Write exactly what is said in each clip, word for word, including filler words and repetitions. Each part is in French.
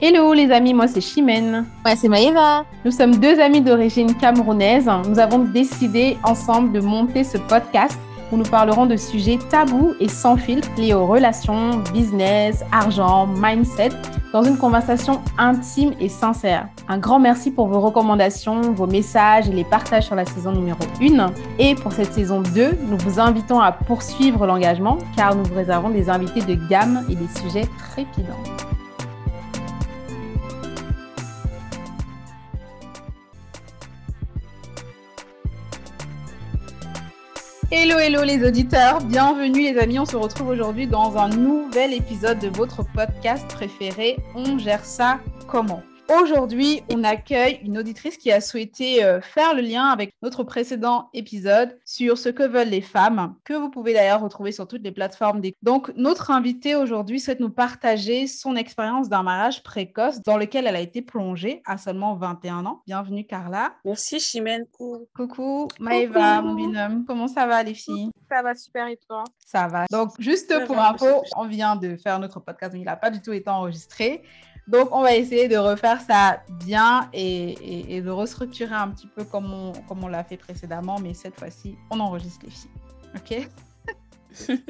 Hello les amis, moi c'est Chimène. Ouais, c'est Maëva. Nous sommes deux amies d'origine camerounaise. Nous avons décidé ensemble de monter ce podcast où nous parlerons de sujets tabous et sans filtre liés aux relations, business, argent, mindset, dans une conversation intime et sincère. Un grand merci pour vos recommandations, vos messages et les partages sur la saison numéro un. Et pour cette saison deux, nous vous invitons à poursuivre l'engagement car nous vous réservons des invités de gamme et des sujets trépidants. Hello, hello les auditeurs, bienvenue les amis, on se retrouve aujourd'hui dans un nouvel épisode de votre podcast préféré, On gère ça comment ? Aujourd'hui, on accueille une auditrice qui a souhaité euh, faire le lien avec notre précédent épisode sur ce que veulent les femmes, que vous pouvez d'ailleurs retrouver sur toutes les plateformes. Des... Donc, notre invitée aujourd'hui souhaite nous partager son expérience d'un mariage précoce dans lequel elle a été plongée à seulement vingt et un ans. Bienvenue Carla. Merci Chimène. Coucou. Coucou Maëva, mon binôme. Comment ça va les filles? Ça va super et toi? Ça va. Donc, juste Ça pour va, info, on vient de faire notre podcast, mais il n'a pas du tout été enregistré. Donc, on va essayer de refaire ça bien et, et, et de restructurer un petit peu comme on, comme on l'a fait précédemment. Mais cette fois-ci, on enregistre les filles. OK?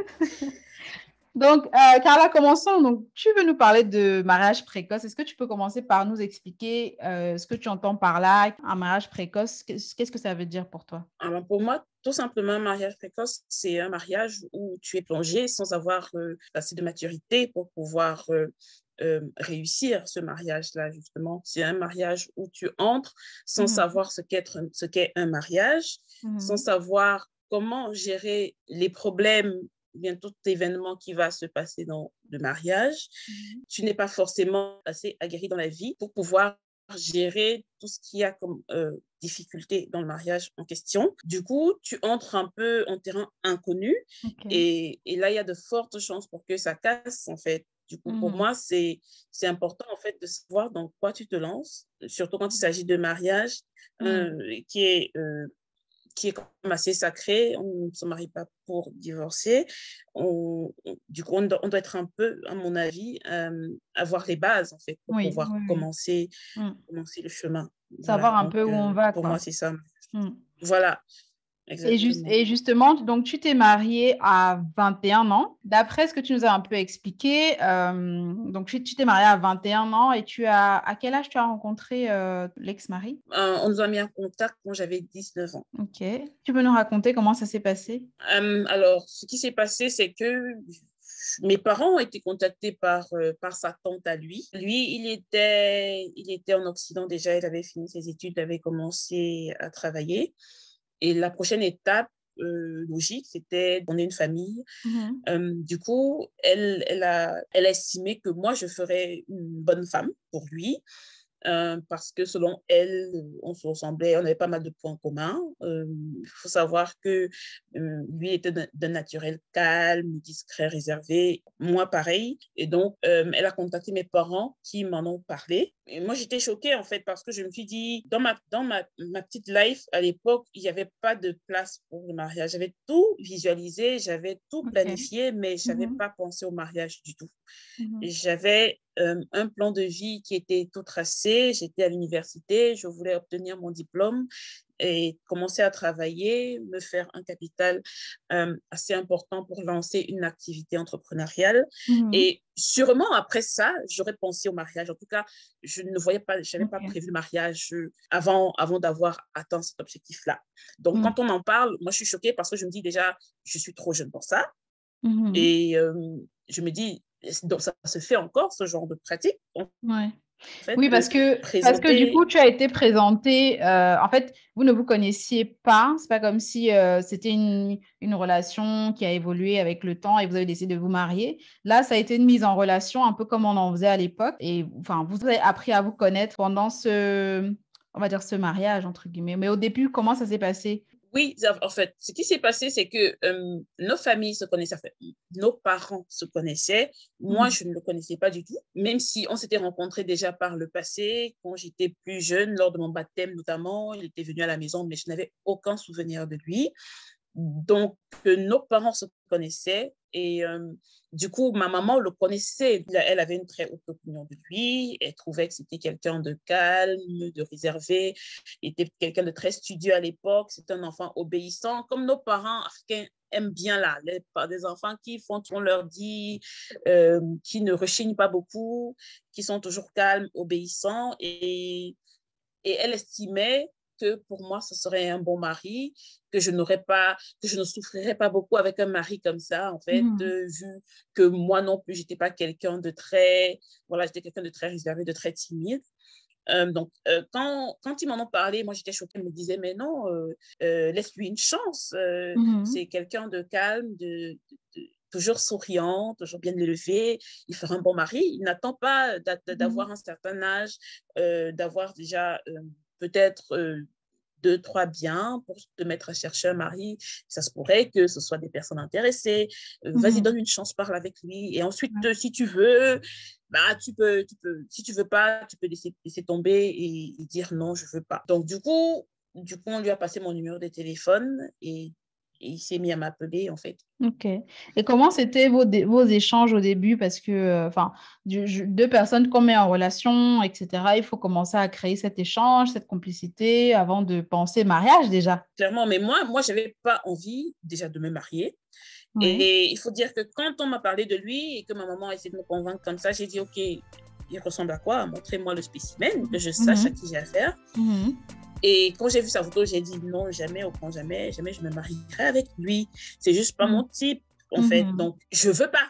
Donc, euh, Carla, commençons. Donc, tu veux nous parler de mariage précoce. Est-ce que tu peux commencer par nous expliquer euh, ce que tu entends par là, un mariage précoce? Qu'est-ce que ça veut dire pour toi? Alors, pour moi, tout simplement, un mariage précoce, c'est un mariage où tu es plongé sans avoir euh, assez de maturité pour pouvoir euh, euh, réussir ce mariage-là, justement. C'est un mariage où tu entres sans mmh. savoir ce qu'est, ce qu'est un mariage, mmh. sans savoir comment gérer les problèmes, bien tout événement qui va se passer dans le mariage. Mmh. Tu n'es pas forcément assez aguerri dans la vie pour pouvoir gérer tout ce qu'il y a comme euh, difficulté dans le mariage en question. Du coup, tu entres un peu en terrain inconnu okay. et, et là, il y a de fortes chances pour que ça casse, en fait. Du coup, mmh. pour moi, c'est, c'est important, en fait, de savoir dans quoi tu te lances, surtout quand il s'agit de mariage mmh. euh, qui est... Euh, qui est quand même assez sacré, on ne se marie pas pour divorcer. On, on, du coup, on doit, on doit être un peu, à mon avis, euh, avoir les bases, en fait, pour oui, pouvoir oui, commencer, oui. commencer le chemin. Savoir voilà, un donc, peu où on va, Pour quoi. moi, c'est ça. Mm. Voilà. Et, juste, et justement, donc tu t'es mariée à vingt et un ans. D'après ce que tu nous as un peu expliqué, euh, donc tu, tu t'es mariée à vingt et un ans et tu as, à quel âge tu as rencontré euh, l'ex-mari? euh, On nous a mis en contact quand j'avais dix-neuf ans. Ok. Tu peux nous raconter comment ça s'est passé? euh, Alors, ce qui s'est passé, c'est que mes parents ont été contactés par, euh, par sa tante à lui. Lui, il était, il était en Occident déjà, il avait fini ses études, il avait commencé à travailler. Et la prochaine étape euh, logique, c'était fonder une famille. Mm-hmm. Euh, du coup, elle, elle, a, elle a estimé que moi, je ferais une bonne femme pour lui. Euh, parce que selon elle, on se ressemblait, on avait pas mal de points communs. Il euh, faut savoir que euh, lui était d'un, d'un naturel calme, discret, réservé. Moi, pareil. Et donc, euh, elle a contacté mes parents qui m'en ont parlé. Et moi, j'étais choquée, en fait, parce que je me suis dit, dans ma, dans ma, ma petite life, à l'époque, il n'y avait pas de place pour le mariage. J'avais tout visualisé, j'avais tout okay. planifié, mais je n'avais mm-hmm. pas pensé au mariage du tout. Mm-hmm. J'avais euh, un plan de vie qui était tout tracé. J'étais à l'université, je voulais obtenir mon diplôme et commencer à travailler, me faire un capital euh, assez important pour lancer une activité entrepreneuriale. Mmh. Et sûrement après ça, j'aurais pensé au mariage. En tout cas, je ne voyais pas, je n'avais okay. pas prévu le mariage avant, avant d'avoir atteint cet objectif-là. Donc, mmh. quand on en parle, moi, je suis choquée parce que je me dis déjà, je suis trop jeune pour ça. Mmh. Et euh, je me dis, donc ça se fait encore, ce genre de pratique. Donc, ouais. En fait, oui, parce que, présenter... parce que du coup, tu as été présentée. Euh, en fait, vous ne vous connaissiez pas. C'est pas comme si euh, c'était une, une relation qui a évolué avec le temps et vous avez décidé de vous marier. Là, ça a été une mise en relation, un peu comme on en faisait à l'époque. Et enfin, vous avez appris à vous connaître pendant ce, on va dire, ce mariage, entre guillemets. Mais au début, comment ça s'est passé? Oui, en fait, ce qui s'est passé, c'est que euh, nos familles se connaissaient, en fait, nos parents se connaissaient. Moi, mmh. je ne le connaissais pas du tout, même si on s'était rencontrés déjà par le passé, quand j'étais plus jeune, lors de mon baptême notamment. Il était venu à la maison, mais je n'avais aucun souvenir de lui. Donc, nos parents se connaissaient Et euh, du coup, ma maman le connaissait. Elle avait une très haute opinion de lui. Elle trouvait que c'était quelqu'un de calme, de réservé. Il était quelqu'un de très studieux à l'époque. C'était un enfant obéissant, comme nos parents africains aiment bien là. Les, des enfants qui font ce qu'on leur dit, euh, qui ne rechignent pas beaucoup, qui sont toujours calmes, obéissants. Et, et elle estimait que pour moi, ce serait un bon mari, que je n'aurais pas, que je ne souffrirais pas beaucoup avec un mari comme ça, en fait, Mhm. euh, vu que moi non plus, j'étais pas quelqu'un de très, voilà, j'étais quelqu'un de très réservé, de très timide. Euh, donc, euh, quand, quand ils m'en ont parlé, moi, j'étais choquée. Je me disais, mais non, euh, euh, laisse-lui une chance. Euh, Mhm. c'est quelqu'un de calme, de, de, de, toujours souriant, toujours bien élevé. Il fera un bon mari. Il n'attend pas d'a- d'avoir Mhm. un certain âge, euh, d'avoir déjà euh, peut-être euh, deux, trois biens pour te mettre à chercher un mari. Ça se pourrait que ce soit des personnes intéressées. Euh, vas-y, Mhm. donne une chance, parle avec lui. Et ensuite, euh, si tu veux, bah, tu peux, tu peux, si tu veux pas, tu peux laisser, laisser tomber et, et dire non, je veux pas. Donc, du coup, du coup, on lui a passé mon numéro de téléphone et, et il s'est mis à m'appeler, en fait. Ok. Et comment c'était vos, dé- vos échanges au début? Parce que, enfin, deux personnes qu'on met en relation, et cetera, il faut commencer à créer cet échange, cette complicité avant de penser mariage déjà. Clairement, mais moi, moi, j'avais pas envie déjà de me marier. Oui. Et il faut dire que quand on m'a parlé de lui et que ma maman a essayé de me convaincre comme ça, j'ai dit, OK, il ressemble à quoi? Montrez-moi le spécimen, que je sache à Mhm. qui j'ai affaire. Mhm. Et quand j'ai vu sa photo, j'ai dit non, jamais, au grand jamais, jamais je me marierai avec lui. C'est juste pas mon type, en fait. Mhm. Donc, je veux pas.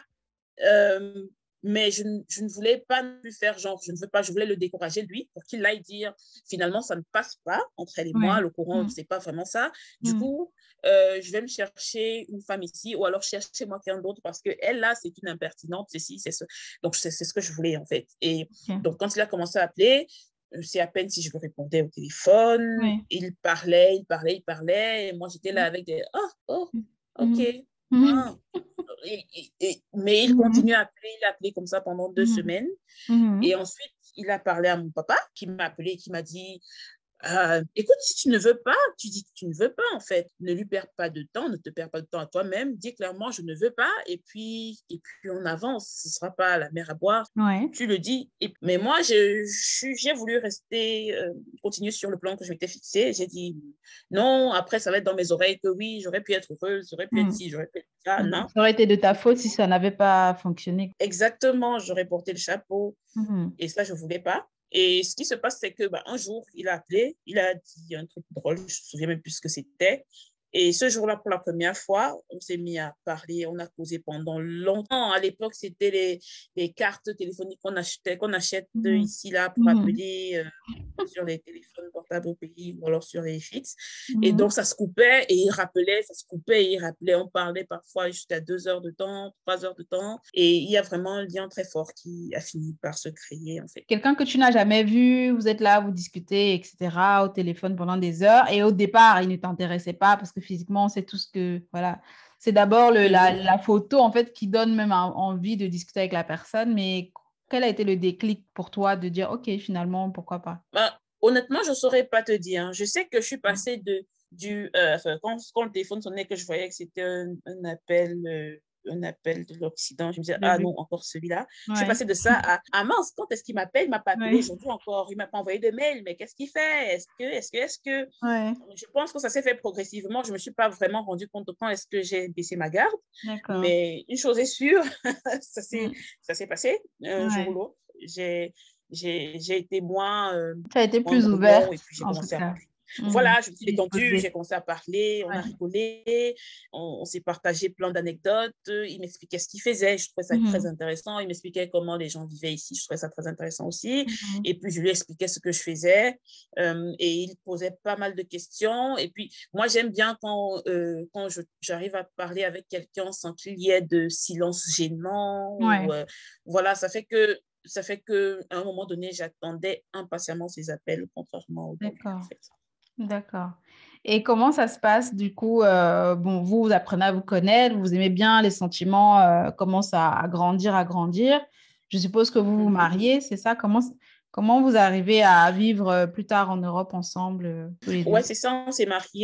Euh, mais je, je, ne voulais pas plus faire genre, je ne veux pas, je voulais le décourager lui pour qu'il aille dire finalement ça ne passe pas entre elle et moi, Oui. le courant, Mhm. c'est pas vraiment ça. Du Mhm. coup, euh, je vais me chercher une femme ici ou alors chercher moi quelqu'un d'autre parce que elle là, c'est une impertinente, c'est ci, c'est ce. Donc, c'est ce que je voulais en fait. Et Ok. donc, quand il a commencé à appeler, c'est à peine si je lui répondais au téléphone. Oui. Il parlait, il parlait, il parlait. Et moi, j'étais là avec des oh, oh, ok. Mhm. Ah. Mhm. Et, et, et, mais il Mhm. continue à appeler, il a appelé comme ça pendant deux Mhm. semaines. Mhm. Et ensuite, il a parlé à mon papa qui m'a appelé et qui m'a dit euh, écoute, si tu ne veux pas, tu dis que tu ne veux pas, en fait. Ne lui perds pas de temps, ne te perds pas de temps à toi-même. Dis clairement, je ne veux pas, et puis, et puis on avance. Ce ne sera pas la mer à boire. Ouais. Tu le dis. Et, mais moi, je, je, j'ai voulu rester, euh, continuer sur le plan que je m'étais fixé. J'ai dit non, après, ça va être dans mes oreilles que oui, j'aurais pu être heureuse, j'aurais pu être Mhm. ci, j'aurais pu être ça. Mhm. Non. Ça aurait été de ta faute si ça n'avait pas fonctionné. Exactement, j'aurais porté le chapeau. Mhm. Et ça, je ne voulais pas. Et ce qui se passe, c'est que bah, un jour, il a appelé, il a dit un truc drôle, je ne me souviens même plus ce que c'était. Et ce jour-là, pour la première fois, on s'est mis à parler, on a causé pendant longtemps. À l'époque, c'était les, les cartes téléphoniques qu'on achetait, qu'on achète Mhm. ici, là, pour Mhm. appeler euh, sur les téléphones portables au pays ou alors sur les fixes. Et Mhm. donc, ça se coupait et il rappelait, ça se coupait et il rappelait. On parlait parfois jusqu'à deux heures de temps, trois heures de temps. Et il y a vraiment un lien très fort qui a fini par se créer, en fait. Quelqu'un que tu n'as jamais vu, vous êtes là, vous discutez, et cetera, au téléphone pendant des heures. Et au départ, il ne t'intéressait pas parce que physiquement, c'est tout ce que, voilà. C'est d'abord le, la, Mm-hmm. la photo, en fait, qui donne même un- envie de discuter avec la personne. Mais quel a été le déclic pour toi de dire, OK, finalement, pourquoi pas? Bah, honnêtement, je ne saurais pas te dire. Je sais que je suis passée de, du, euh, enfin, quand, quand le téléphone sonnait, que je voyais que c'était un, un appel, euh, un appel de l'Occident, je me disais, De ah lui. non, encore celui-là. Je suis Ouais. passée de ça à, ah mince, quand est-ce qu'il m'appelle? Il ne m'a pas appelé Ouais. aujourd'hui encore. Il ne m'a pas envoyé de mail, mais qu'est-ce qu'il fait? Est-ce que, est-ce que, est-ce que. Ouais. Je pense que ça s'est fait progressivement. Je ne me suis pas vraiment rendu compte de quand est-ce que j'ai baissé ma garde. D'accord. Mais une chose est sûre, ça s'est, Mm. ça s'est passé un jour ou Ouais. l'autre. J'ai, j'ai, j'ai été moins, euh, Tu as été moins plus brouillon et ouverte, puis j'ai en tout commencé à cas. parler. Mm. Voilà, je me suis détendue, j'ai Disposée. commencé à parler, on a Ouais. rigolé, on, on s'est partagé plein d'anecdotes. Il m'expliquait ce qu'il faisait, je trouvais ça très Mhm. intéressant. Il m'expliquait comment les gens vivaient ici, je trouvais ça très intéressant aussi. Mhm. Et puis je lui expliquais ce que je faisais euh, et il posait pas mal de questions. Et puis moi, j'aime bien quand, euh, quand je, j'arrive à parler avec quelqu'un sans qu'il y ait de silence gênant. Ouais. Ou, euh, voilà, ça fait que ça fait qu'à un moment donné, j'attendais impatiemment ces appels, contrairement au début, en D'accord. fait. D'accord. Et comment ça se passe du coup euh, bon, vous, vous apprenez à vous connaître, vous aimez bien, les sentiments euh, commencent à, à grandir, à grandir. Je suppose que vous vous Mm-hmm. mariez, c'est ça? Comment, comment vous arrivez à vivre euh, plus tard en Europe ensemble, euh, tous les Ouais, deux? c'est ça, on s'est mariés.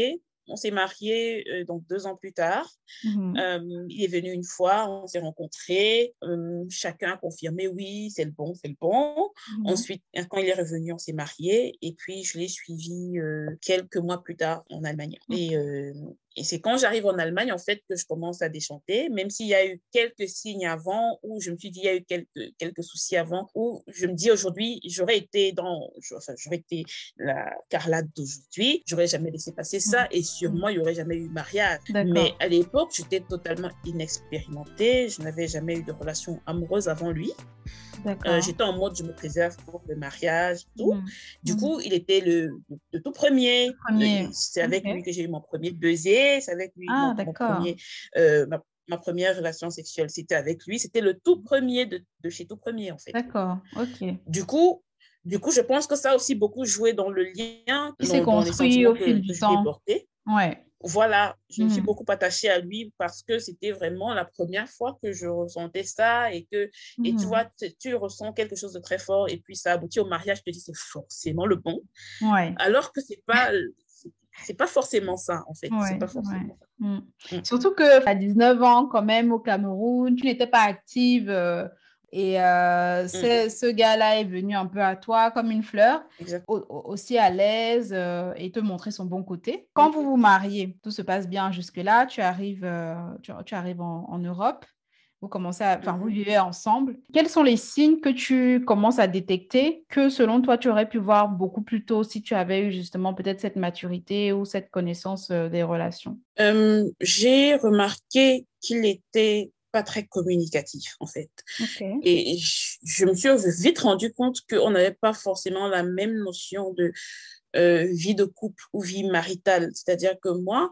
on s'est mariés euh, donc deux ans plus tard. Mhm. Euh, il est venu une fois, on s'est rencontrés. Euh, chacun a confirmé, oui, c'est le bon, c'est le bon. Mhm. Ensuite, quand il est revenu, on s'est mariés. Et puis, je l'ai suivi euh, quelques mois plus tard en Allemagne. Ok. Et, euh, et c'est quand j'arrive en Allemagne, en fait, que je commence à déchanter, même s'il y a eu quelques signes avant, où je me suis dit, il y a eu quelques, quelques soucis avant, où je me dis aujourd'hui, j'aurais été dans, enfin, j'aurais été la Carla d'aujourd'hui, j'aurais jamais laissé passer ça, et sûrement, il n'y aurait jamais eu mariage. D'accord. Mais à l'époque, j'étais totalement inexpérimentée, je n'avais jamais eu de relation amoureuse avant lui. Euh, j'étais en mode, je me préserve pour le mariage, tout. Mmh. Du mmh. coup, il était le, le, le tout premier. premier. Le, c'est avec okay. lui que j'ai eu mon premier baiser. C'est avec lui ah, mon, mon premier, euh, ma, ma première relation sexuelle. C'était avec lui. C'était le tout premier de, de chez tout premier, en fait. D'accord, ok. Du coup, du coup, je pense que ça a aussi beaucoup joué dans le lien, il dans, s'est dans les construit sentiments au fil que, du que je temps. lui ai portés. Ouais. Voilà, je me mmh. suis beaucoup attachée à lui parce que c'était vraiment la première fois que je ressentais ça et que, mmh. et tu vois, tu, tu ressens quelque chose de très fort et puis ça aboutit au mariage, je te dis c'est forcément le bon. Ouais. Alors que c'est pas, c'est, c'est pas forcément ça en fait, ouais, c'est pas forcément ouais. ça. Mmh. Mmh. Surtout qu'à dix-neuf ans quand même au Cameroun, tu n'étais pas active euh, et euh, c'est, mmh. ce gars-là est venu un peu à toi comme une fleur, au, aussi à l'aise euh, et te montrer son bon côté. Quand mmh. vous vous mariez, tout se passe bien jusque-là, tu arrives, euh, tu, tu arrives en, en Europe, vous commencez à, enfin, mmh. vous vivez ensemble. Quels sont les signes que tu commences à détecter que selon toi, tu aurais pu voir beaucoup plus tôt si tu avais eu justement peut-être cette maturité ou cette connaissance euh, des relations? euh, J'ai remarqué qu'il était pas très communicatif, en fait. Okay. Et je, je me suis vite rendu compte qu'on n'avait pas forcément la même notion de euh, vie de couple ou vie maritale. C'est-à-dire que moi,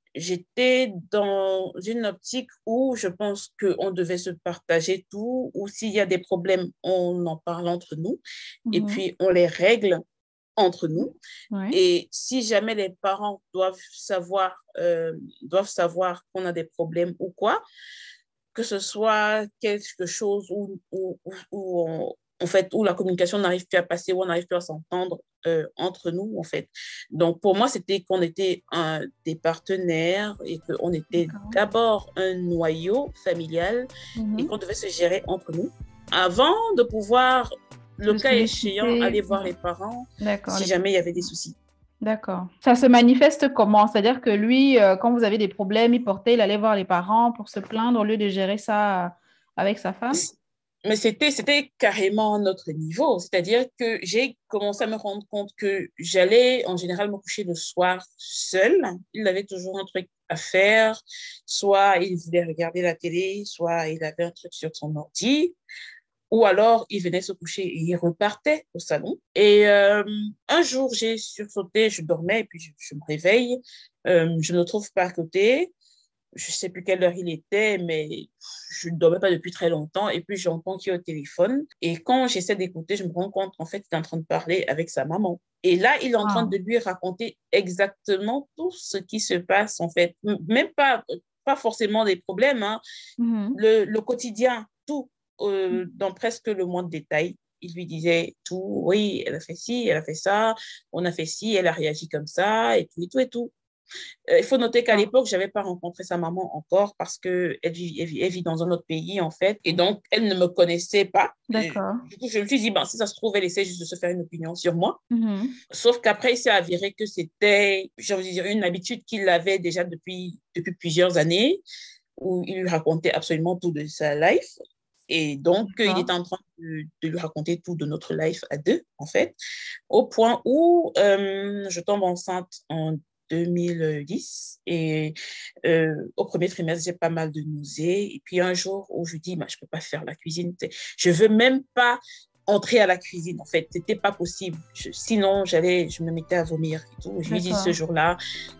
j'étais dans une optique où je pense qu'on devait se partager tout, ou s'il y a des problèmes, on en parle entre nous, mm-hmm. et puis on les règle entre nous. Ouais. Et si jamais les parents doivent savoir, euh, doivent savoir qu'on a des problèmes ou quoi, que ce soit quelque chose où, où, où, on, en fait, où la communication n'arrive plus à passer, où on n'arrive plus à s'entendre euh, entre nous, en fait. Donc, pour moi, c'était qu'on était un, des partenaires et qu'on était D'accord. d'abord un noyau familial mm-hmm. et qu'on devait se gérer entre nous avant de pouvoir, le, le cas échéant, aller voir ouais. les parents D'accord, si les... jamais il y avait des soucis. D'accord. Ça se manifeste comment? C'est-à-dire que lui, euh, quand vous avez des problèmes, il portait, il allait voir les parents pour se plaindre au lieu de gérer ça avec sa femme? Mais c'était, c'était carrément notre niveau. C'est-à-dire que j'ai commencé à me rendre compte que j'allais en général me coucher le soir seule. Il avait toujours un truc à faire. Soit il voulait regarder la télé, soit il avait un truc sur son ordi. Ou alors, il venait se coucher et il repartait au salon. Et euh, un jour, j'ai sursauté, je dormais et puis je, je me réveille. Euh, je ne le trouve pas à côté. Je ne sais plus quelle heure il était, mais je ne dormais pas depuis très longtemps. Et puis, j'entends qu'il est au téléphone. Et quand j'essaie d'écouter, je me rends compte qu'en fait, il est en train de parler avec sa maman. Et là, il est en train de lui raconter exactement tout ce qui se passe, en fait. Même pas, pas forcément des problèmes, hein. Mm-hmm. le, le quotidien, tout. Euh, dans presque le moins de détails. Il lui disait tout, oui, elle a fait ci, elle a fait ça, on a fait ci, elle a réagi comme ça, et tout, et tout, et tout. Euh, il faut noter qu'à ah. l'époque, je n'avais pas rencontré sa maman encore parce qu'elle vit, elle vit, elle vit dans un autre pays, en fait, et donc, elle ne me connaissait pas. D'accord. Et, du coup, je me suis dit, ben, si ça se trouve, elle essaie juste de se faire une opinion sur moi. Mm-hmm. Sauf qu'après, il s'est avéré que c'était, j'ai envie de dire, une habitude qu'il avait déjà depuis, depuis plusieurs années, où il lui racontait absolument tout de sa life. Et donc, ah. il était en train de, de lui raconter tout de notre life à deux, en fait, au point où euh, je tombe enceinte en deux mille dix et euh, au premier trimestre, j'ai pas mal de nausées. Et puis, un jour où je dis, bah, je ne peux pas faire la cuisine. Je ne veux même pas entrer à la cuisine, en fait. Ce n'était pas possible. Je, sinon, j'allais, je me mettais à vomir et tout. Je lui dis ce jour-là,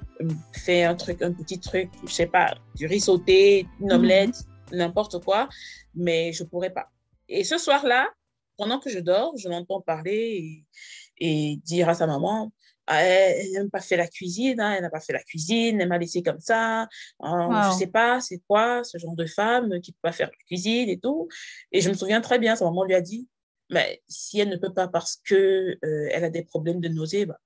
fais un truc, un petit truc, je ne sais pas, du riz sauté, une omelette, mm-hmm. n'importe quoi, mais je ne pourrais pas. Et ce soir-là, pendant que je dors, je l'entends parler et, et dire à sa maman, ah, elle n'a même pas fait la cuisine, hein, elle n'a pas fait la cuisine, elle m'a laissé comme ça, hein, wow. Je ne sais pas, c'est quoi ce genre de femme qui ne peut pas faire la cuisine et tout. Et je me souviens très bien, sa maman lui a dit, mais si elle ne peut pas parce qu'elle euh, a des problèmes de nausée, bah,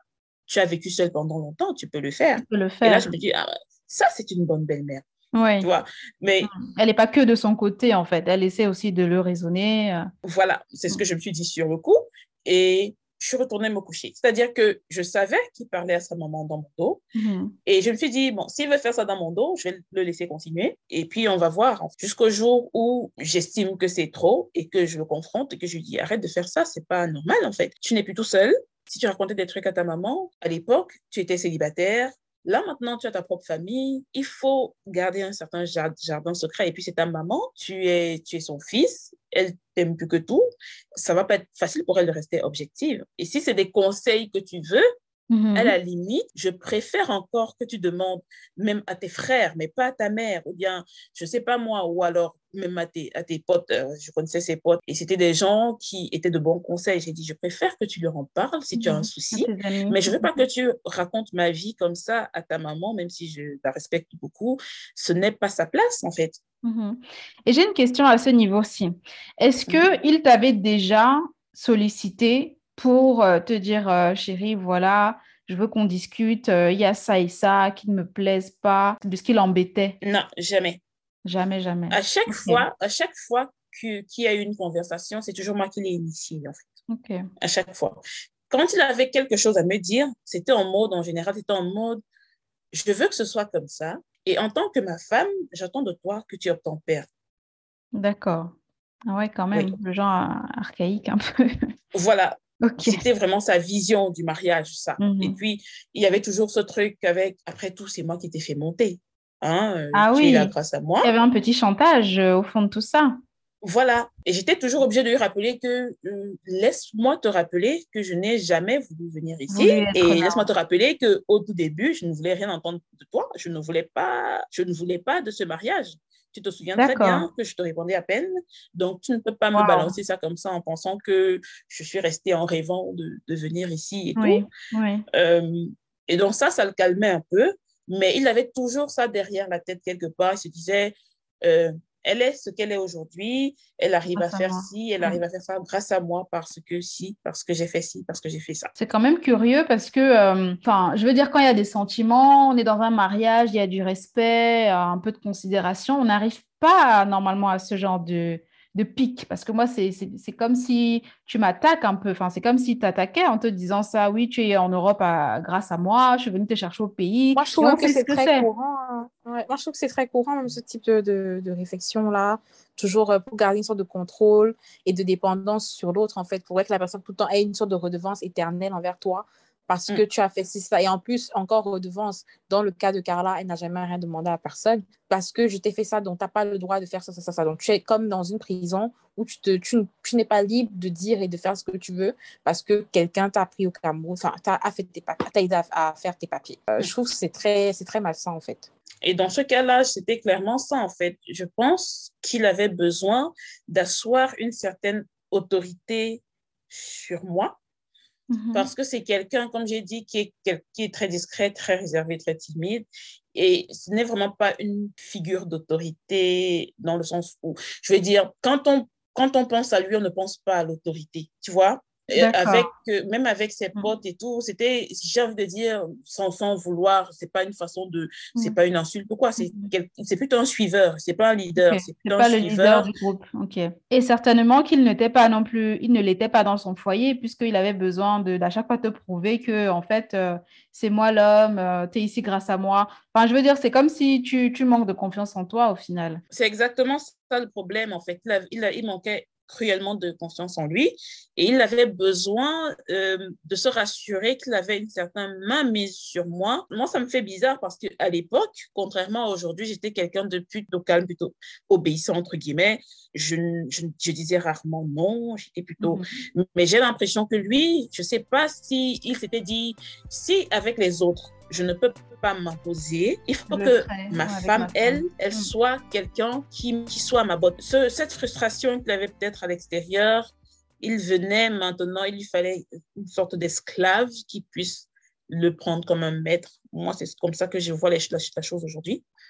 tu as vécu seule pendant longtemps, tu peux le faire. Tu peux le Et là, faire. je me dis, ah, ça, c'est une bonne belle-mère. Oui. Tu vois, mais Elle n'est pas que de son côté, en fait. Elle essaie aussi de le raisonner. euh. voilà, c'est ce que je me suis dit sur le coup. Et je suis retournée me coucher. C'est-à-dire que je savais qu'il parlait à sa maman dans mon dos. Mhm. Et je me suis dit, bon, s'il veut faire ça dans mon dos, je vais le laisser continuer. Et puis, on va voir jusqu'au jour où j'estime que c'est trop et que je le confronte et que je lui dis, arrête de faire ça, c'est pas normal, en fait. Tu n'es plus tout seul. Si tu racontais des trucs à ta maman, à l'époque, tu étais célibataire. Là, maintenant, tu as ta propre famille. Il faut garder un certain jardin secret. Et puis, c'est ta maman. Tu es, tu es son fils. Elle t'aime plus que tout. Ça va pas être facile pour elle de rester objective. Et si c'est des conseils que tu veux, Mhm. à la limite, je préfère encore que tu demandes même à tes frères, mais pas à ta mère, ou bien, je sais pas moi, ou alors même à tes, à tes potes. Euh, je connaissais ses potes et c'était des gens qui étaient de bons conseils. J'ai dit, je préfère que tu leur en parles si tu as un Mhm. À souci, tes amis. mais je veux pas que tu racontes ma vie comme ça à ta maman, même si je la respecte beaucoup. Ce n'est pas sa place, en fait. Mhm. Et j'ai une question à ce niveau-ci. Est-ce Mhm. qu'il t'avait déjà sollicité pour euh, te dire, euh, chérie, voilà, je veux qu'on discute, euh, il y a ça et ça qui ne me plaisent pas, de ce qui l'embêtait? Non, jamais. Jamais, jamais. À chaque Ok, fois, à chaque fois que- qu'il y a eu une conversation, c'est toujours moi qui l'ai initiée, en fait. ok. À chaque fois. Quand il avait quelque chose à me dire, c'était en mode, en général, c'était en mode, je veux que ce soit comme ça. Et en tant que ma femme, j'attends de toi que tu obtempères. D'accord. Ah ouais, quand Oui. même, le genre euh, archaïque un peu. Voilà. Ok. C'était vraiment sa vision du mariage, ça. Et Mhm. puis, il y avait toujours ce truc avec, après tout, c'est moi qui t'ai fait monter. Hein, euh, Ah tu es là oui, grâce à moi. il y avait un petit chantage euh, au fond de tout ça. Voilà. Et j'étais toujours obligée de lui rappeler que euh, laisse-moi te rappeler que je n'ai jamais voulu venir ici. Voulu être Et là. laisse-moi te rappeler qu'au tout début, je ne voulais rien entendre de toi. Je ne voulais pas, je ne voulais pas de ce mariage. Tu te souviens très D'accord. bien que je te répondais à peine. Donc, tu ne peux pas me Waouh. balancer ça comme ça en pensant que je suis restée en rêvant de, de venir ici et tout. Oui, oui. Euh, et donc, ça, ça le calmait un peu. Mais il avait toujours ça derrière la tête quelque part. Il se disait, euh, elle est ce qu'elle est aujourd'hui, elle arrive à Grâce à faire moi. ci, elle Oui. arrive à faire ça grâce à moi parce que si, parce que j'ai fait ci, parce que j'ai fait ça. C'est quand même curieux parce que, euh, enfin, je veux dire, quand il y a des sentiments, on est dans un mariage, il y a du respect, euh, un peu de considération, on n'arrive pas normalement à ce genre de, de pic. Parce que moi, c'est, c'est, c'est comme si tu m'attaques un peu. Enfin, c'est comme si tu attaquais en te disant ça, oui, tu es en Europe à- grâce à moi, je suis venue te chercher au pays. Moi, je Et trouve on que sait ce c'est que très c'est. courant. Hein. Ouais. Moi, je trouve que c'est très courant, même ce type de, de, de réflexion-là, toujours euh, pour garder une sorte de contrôle et de dépendance sur l'autre, en fait, pour que la personne tout le temps ait une sorte de redevance éternelle envers toi parce que Mm. tu as fait ci, ça. Et en plus, encore redevance, dans le cas de Carla, elle n'a jamais rien demandé à personne parce que je t'ai fait ça, donc tu n'as pas le droit de faire ça, ça, ça, ça. Donc, tu es comme dans une prison où tu, te, tu, tu n'es pas libre de dire et de faire ce que tu veux parce que quelqu'un t'a pris au Cameroun, enfin, t'a fait tes papiers, t'a aidé à, à faire tes papiers. Euh, je trouve que c'est très, c'est très malsain, en fait. Et dans ce cas-là, c'était clairement ça, en fait. Je pense qu'il avait besoin d'asseoir une certaine autorité sur moi Mhm. parce que c'est quelqu'un, comme j'ai dit, qui est, qui est très discret, très réservé, très timide. Et ce n'est vraiment pas une figure d'autorité dans le sens où, je veux dire, quand on, quand on pense à lui, on ne pense pas à l'autorité, tu vois. Et D'accord. avec, euh, même avec ses Mm. potes et tout, c'était, j'ai envie de dire, sans, sans vouloir, c'est pas une façon de, c'est Mm. pas une insulte ou quoi, c'est, Mhm. quel- c'est plutôt un suiveur, c'est pas un Ok, leader, c'est c'est plutôt un pas le leader suiveur. du groupe. Ok. Et certainement qu'il n'était pas non plus, il ne l'était pas dans son foyer puisqu'il avait besoin de d'à chaque fois te prouver que en fait euh, c'est moi l'homme, tu es ici grâce à moi. Enfin, je veux dire, c'est comme si tu, tu manques de confiance en toi au final. C'est exactement ça le problème, en fait. Il, a, il, a, il manquait cruellement de confiance en lui et il avait besoin euh, de se rassurer qu'il avait une certaine mainmise sur moi. Moi, ça me fait bizarre parce qu'à l'époque, contrairement à aujourd'hui, j'étais quelqu'un de plutôt calme, plutôt obéissant, entre guillemets. Je, je, je disais rarement non, j'étais plutôt... Mhm. Mais j'ai l'impression que lui, je ne sais pas si il s'était dit, si avec les autres, je ne peux pas m'imposer. Il Je faut le que ferai, ma ouais, avec femme, ma elle, femme. elle Mm. soit quelqu'un qui, qui soit à ma botte. Ce, cette frustration qu'il avait peut-être à l'extérieur, il venait maintenant, il lui fallait une sorte d'esclave qui puisse le prendre comme un maître. Moi, c'est comme ça que je vois les, la, la chose aujourd'hui.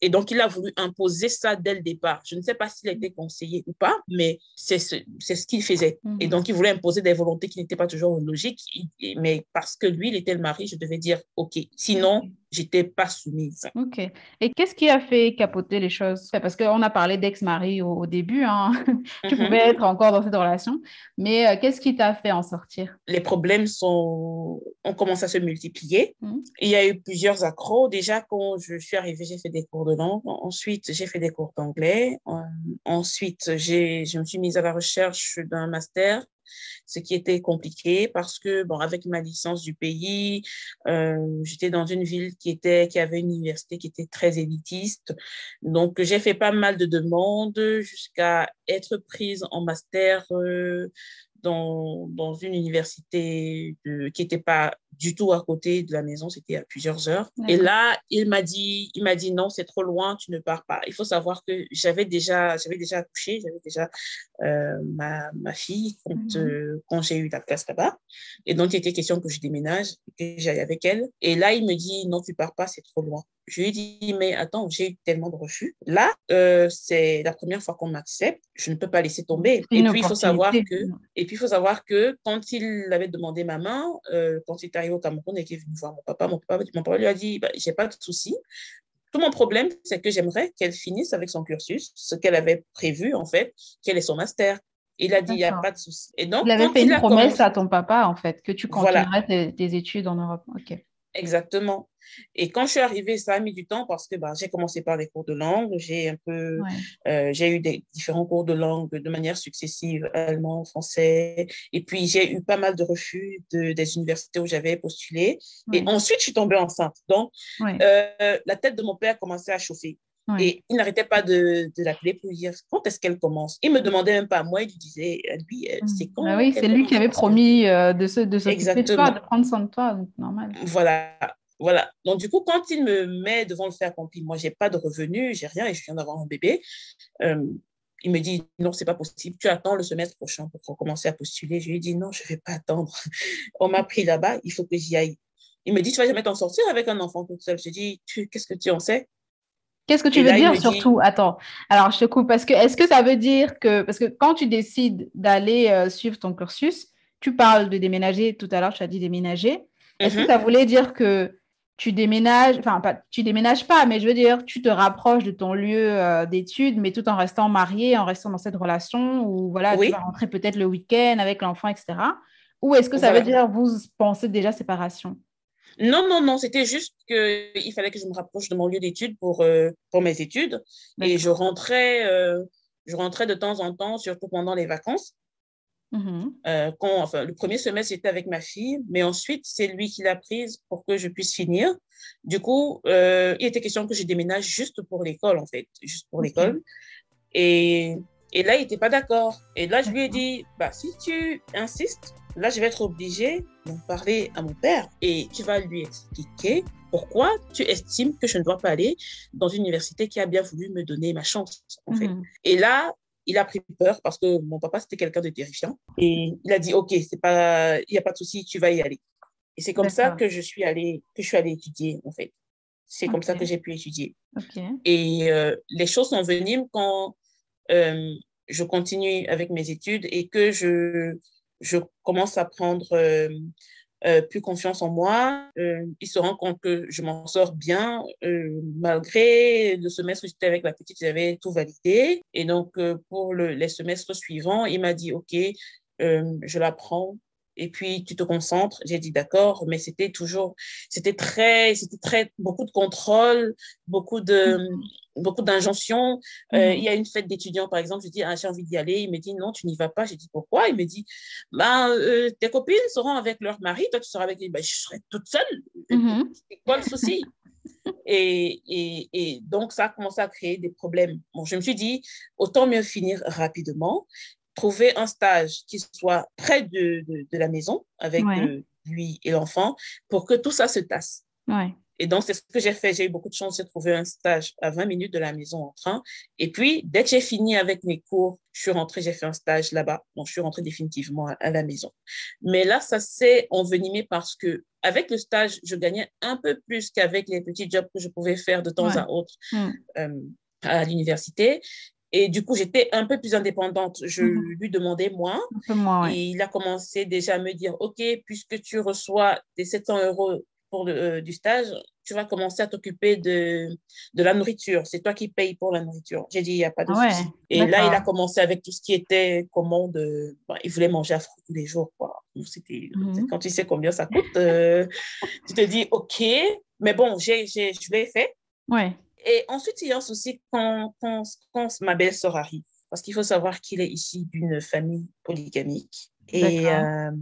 Et donc, il a voulu imposer ça dès le départ. Je ne sais pas s'il a été conseillé ou pas, mais c'est ce, c'est ce qu'il faisait. Mm-hmm. Et donc, il voulait imposer des volontés qui n'étaient pas toujours logiques. Mais parce que lui, il était le mari, je devais dire OK. Sinon, okay. j'étais pas soumise. OK. Et qu'est-ce qui a fait capoter les choses? Parce qu'on a parlé d'ex-mari au, au début. Hein. Tu mm-hmm. pouvais être encore dans cette relation. Mais euh, qu'est-ce qui t'a fait en sortir? Les problèmes sont... ont commencé à se multiplier. Mm-hmm. Il y a eu plusieurs accros. Déjà, quand je suis arrivée, j'ai fait des cours de langue. Ensuite, j'ai fait des cours d'anglais. Euh, ensuite, j'ai, je me suis mise à la recherche d'un master, ce qui était compliqué parce que, bon, avec ma licence du pays, euh, j'étais dans une ville qui, était, qui avait une université qui était très élitiste. Donc, j'ai fait pas mal de demandes jusqu'à être prise en master euh, dans, dans une université de, qui n'était pas du tout à côté de la maison, c'était à plusieurs heures. D'accord. Et là, il m'a dit, il m'a dit non, c'est trop loin, tu ne pars pas. Il faut savoir que j'avais déjà, j'avais déjà accouché, j'avais déjà euh, ma, ma fille quand, mm-hmm. euh, quand j'ai eu la place là-bas. Et donc, il était question que je déménage, que j'aille avec elle. Et là, il me dit non, tu pars pas, c'est trop loin. Je lui ai dit, mais attends, j'ai eu tellement de refus. Là, euh, c'est la première fois qu'on m'accepte. Je ne peux pas laisser tomber. Et puis, il faut savoir que, et puis, il faut savoir que quand il avait demandé ma main, euh, quand il est arrivé au Cameroun et qu'il est venu voir mon papa, mon papa, mon papa lui a dit, bah, j'ai pas de souci. Tout mon problème, c'est que j'aimerais qu'elle finisse avec son cursus, ce qu'elle avait prévu, en fait, qu'elle ait son master. Il a dit, il n'y a pas de souci. Et donc, il avait quand fait il une a promesse commencé... à ton papa, en fait, que tu continuerais voilà. tes, tes études en Europe. OK. Exactement. Et quand je suis arrivée, ça a mis du temps parce que bah, j'ai commencé par des cours de langue. J'ai un peu, ouais. euh, j'ai eu des différents cours de langue de manière successive, allemand, français. Et puis, j'ai eu pas mal de refus de, des universités où j'avais postulé. Ouais. Et ensuite, je suis tombée enceinte. Donc, ouais. euh, la tête de mon père commençait à chauffer. Ouais. Et il n'arrêtait pas de, de l'appeler pour lui dire quand est-ce qu'elle commence. Il ne me demandait même pas à moi, il lui disait à lui, c'est quand ah oui, c'est lui qui avait promis euh, de, se, de s'occuper Exactement. de toi, de prendre soin de toi, donc normal. Voilà, voilà. Donc du coup, quand il me met devant le fait accompli, moi, je n'ai pas de revenus, je n'ai rien et je viens d'avoir un bébé, euh, il me dit non, ce n'est pas possible, tu attends le semestre prochain pour recommencer à postuler. Je lui ai dit non, je ne vais pas attendre. On m'a pris là-bas, il faut que j'y aille. Il me dit, tu ne vas jamais t'en sortir avec un enfant toute seule. Je dis, qu'est-ce que tu en sais? Qu'est-ce que tu et veux là, dire surtout? Dit... Attends, alors je te coupe parce que est-ce que ça veut dire que, parce que quand tu décides d'aller euh, suivre ton cursus, tu parles de déménager, tout à l'heure tu as dit déménager, est-ce mm-hmm. que ça voulait dire que tu déménages, enfin pas, tu déménages pas, mais je veux dire, tu te rapproches de ton lieu euh, d'études, mais tout en restant marié, en restant dans cette relation où voilà, oui. tu vas rentrer peut-être le week-end avec l'enfant, et cetera. Ou est-ce que ça voilà. veut dire vous pensez déjà séparation? Non, non, non, c'était juste qu'il fallait que je me rapproche de mon lieu d'études pour, euh, pour mes études. D'accord. Et je rentrais, euh, je rentrais de temps en temps, surtout pendant les vacances. Mm-hmm. Euh, quand, enfin, le premier semestre, j'étais avec ma fille, mais ensuite, c'est lui qui l'a prise pour que je puisse finir. Du coup, euh, il était question que je déménage juste pour l'école, en fait, juste pour okay. l'école. Et, et là, il n'était pas d'accord. Et là, je lui ai dit, bah, si tu insistes, là, je vais être obligée d'en parler à mon père et tu vas lui expliquer pourquoi tu estimes que je ne dois pas aller dans une université qui a bien voulu me donner ma chance, en fait. Mm-hmm. Et là, il a pris peur parce que mon papa, c'était quelqu'un de terrifiant. Et il a dit, OK, c'est pas, il n'y a pas de souci, tu vas y aller. Et c'est comme D'accord. ça que je suis allée, que je suis allée étudier, en fait. C'est okay. comme ça que j'ai pu étudier. Okay. Et euh, les choses sont venues quand euh, je continue avec mes études et que je... je commence à prendre euh, euh, plus confiance en moi. Euh, il se rend compte que je m'en sors bien. Euh, malgré le semestre où j'étais avec la petite, j'avais tout validé. Et donc, euh, pour le, les semestres suivants, il m'a dit, OK, euh, je la prends. Et puis, tu te concentres. J'ai dit, d'accord, mais c'était toujours, c'était très, c'était très, beaucoup de contrôle, beaucoup de, mm-hmm. beaucoup d'injonctions. Mm-hmm. Euh, il y a une fête d'étudiants, par exemple, je dis, ah, j'ai envie d'y aller. Il me dit, non, tu n'y vas pas. J'ai dit, pourquoi? Il me dit, ben, euh, tes copines seront avec leur mari, toi, tu seras avec lui. Ben, je serai toute seule. Mm-hmm. C'est quoi le souci? et, et, et donc, ça a commencé à créer des problèmes. Bon, je me suis dit, autant mieux finir rapidement, trouver un stage qui soit près de, de, de la maison avec ouais. euh, lui et l'enfant pour que tout ça se tasse. Ouais. Et donc, c'est ce que j'ai fait. J'ai eu beaucoup de chance. J'ai trouvé un stage à vingt minutes de la maison en train. Et puis, dès que j'ai fini avec mes cours, je suis rentrée, j'ai fait un stage là-bas. Donc, je suis rentrée définitivement à, à la maison. Mais là, ça s'est envenimé parce que avec le stage, je gagnais un peu plus qu'avec les petits jobs que je pouvais faire de temps Ouais. à autre Mm. euh, à l'université. Et du coup, j'étais un peu plus indépendante. Je Mhm. lui demandais moins. Un peu moins, ouais. Et il a commencé déjà à me dire, OK, puisque tu reçois tes sept cents euros pour le, euh, du stage, tu vas commencer à t'occuper de, de la nourriture. C'est toi qui payes pour la nourriture. J'ai dit, il n'y a pas de Ah ouais, souci. Et là, il a d'accord. commencé avec tout ce qui était commande. euh, bon, il voulait manger à froid tous les jours, quoi. C'était, Mhm. quand tu sais combien ça coûte, euh, tu te dis, OK. Mais bon, j'ai, j'ai, je l'ai fait. Ouais. Et ensuite, il y a un souci quand, quand, quand ma belle-sœur arrive. Parce qu'il faut savoir qu'il est issu d'une famille polygamique. Et, D'accord. euh,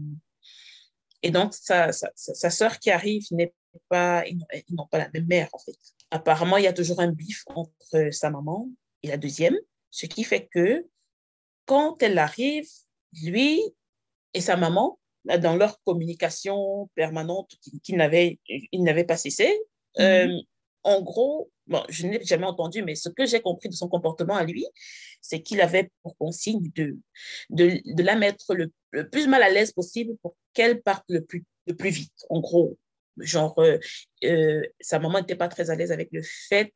et donc, sa, sa, sa, sa sœur qui arrive n'est pas, ils n'ont ils n'ont pas la même mère, en fait. Apparemment, il y a toujours un bif entre sa maman et la deuxième, ce qui fait que quand elle arrive, lui et sa maman, là, dans leur communication permanente qui, qui n'avait, ils n'avaient pas cessé, Mhm. euh, en gros, bon, je n'ai jamais entendu, mais ce que j'ai compris de son comportement à lui, c'est qu'il avait pour consigne de, de, de la mettre le, le plus mal à l'aise possible pour qu'elle parte le plus, le plus vite. En gros, genre, euh, euh, sa maman n'était pas très à l'aise avec le fait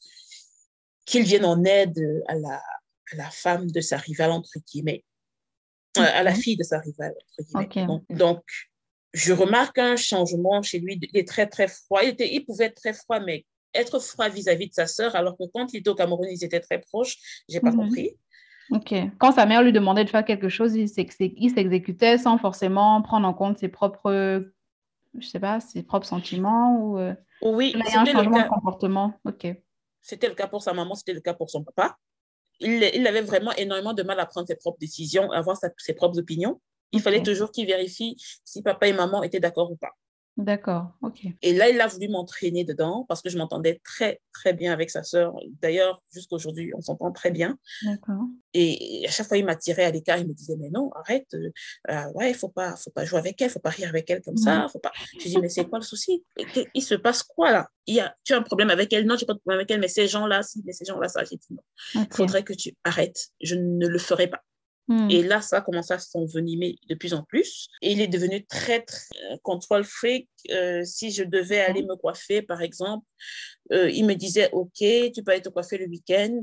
qu'il vienne en aide à la, à la femme de sa rivale, entre guillemets, euh, à la Ok. fille de sa rivale, entre guillemets. Ok. Donc, donc, je remarque un changement chez lui. Il est très, très froid. Il, était, il pouvait être très froid, mais être froid vis-à-vis de sa sœur, alors que quand il était au Cameroun, ils étaient très proches. Je n'ai pas Mhm. compris. Ok. Quand sa mère lui demandait de faire quelque chose, il s'ex- il s'exécutait sans forcément prendre en compte ses propres, je sais pas, ses propres sentiments ou euh, Oui, là, il y a un c'était le changement de cas. comportement. Ok. C'était le cas pour sa maman, c'était le cas pour son papa. Il, il avait vraiment énormément de mal à prendre ses propres décisions, à avoir sa, ses propres opinions. Il fallait Ok. toujours qu'il vérifie si papa et maman étaient d'accord ou pas. D'accord. Ok. Et là, il a voulu m'entraîner dedans parce que je m'entendais très, très bien avec sa sœur. D'ailleurs, jusqu'à aujourd'hui, on s'entend très bien. D'accord. Et à chaque fois, il m'attirait à l'écart. Il me disait, mais non, arrête. Euh, euh, ouais, il ne faut pas, faut pas jouer avec elle. Il ne faut pas rire avec elle comme Mhm. ça. Faut pas... Je dis, mais c'est quoi le souci? Il se passe quoi là? Il y a, tu as un problème avec elle? Non, je n'ai pas de problème avec elle, mais ces gens-là, si, mais ces gens-là, ça. J'ai dit, non. Il Ok. faudrait que tu arrêtes. Je ne le ferai pas. Et Mhm. là, ça a commencé à s'envenimer de plus en plus. Et il est devenu très, très euh, control freak. Euh, si je devais aller Ok. me coiffer, par exemple, euh, il me disait, OK, tu peux aller te coiffer le week-end.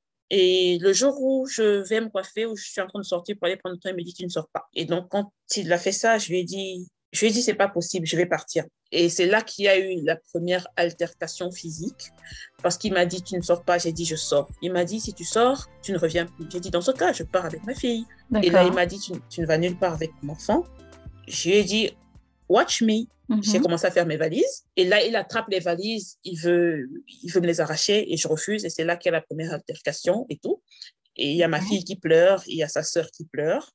Et le jour où je vais me coiffer, où je suis en train de sortir pour aller prendre le train, il me dit, tu ne sors pas. Et donc, quand il a fait ça, je lui ai dit, je lui ai dit, c'est pas possible, je vais partir. Et c'est là qu'il y a eu la première altercation physique, parce qu'il m'a dit, tu ne sors pas. J'ai dit, je sors. Il m'a dit, si tu sors, tu ne reviens plus. J'ai dit, dans ce cas, je pars avec ma fille. Et là, il D'accord. m'a dit, tu, tu ne vas nulle part avec mon enfant. Je lui ai dit, watch me. J'ai Mhm. commencé à faire mes valises. Et là, il attrape les valises, il veut, il veut me les arracher et je refuse. Et c'est là qu'il y a la première altercation et tout. Et il y a ma Ok. fille qui pleure, il y a sa sœur qui pleure.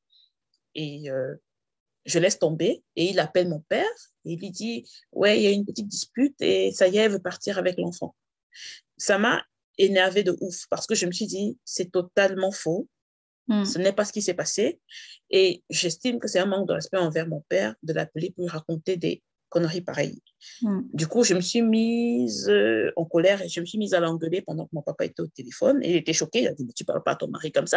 Et euh, je laisse tomber. Et il appelle mon père et il lui dit, ouais, il y a une petite dispute et ça y est, elle veut partir avec l'enfant. Ça m'a énervée de ouf parce que je me suis dit, c'est totalement faux. Ce Mhm. n'est pas ce qui s'est passé. Et j'estime que c'est un manque de respect envers mon père de l'appeler pour lui raconter des conneries pareilles. Mhm. Du coup, je me suis mise euh, en colère et je me suis mise à l'engueuler pendant que mon papa était au téléphone. Et il était choqué. Il a dit, mais tu ne parles pas à ton mari comme ça.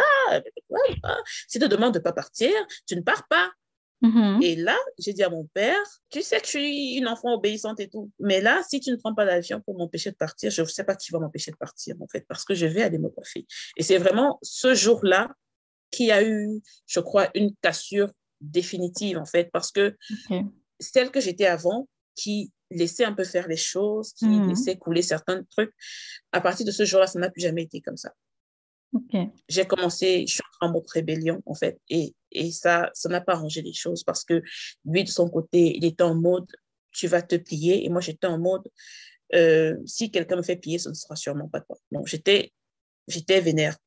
Si tu te demandes de ne pas partir, tu ne pars pas. Mhm. Et là, j'ai dit à mon père, tu sais que je suis une enfant obéissante et tout. Mais là, si tu ne prends pas l'avion pour m'empêcher de partir, je ne sais pas qui va m'empêcher de partir, en fait, parce que je vais aller me coiffer. Et c'est vraiment ce jour-là qu'il y a eu, je crois, une cassure définitive, en fait, parce que Ok. celle que j'étais avant, qui laissait un peu faire les choses, qui Mhm. laissait couler certains trucs, à partir de ce jour-là, ça n'a plus jamais été comme ça. Ok. J'ai commencé, je suis en mode rébellion, en fait, et, et ça, ça n'a pas arrangé les choses parce que lui, de son côté, il était en mode, tu vas te plier, et moi, j'étais en mode, euh, si quelqu'un me fait plier, ce ne sera sûrement pas toi. Donc, j'étais, j'étais vénère.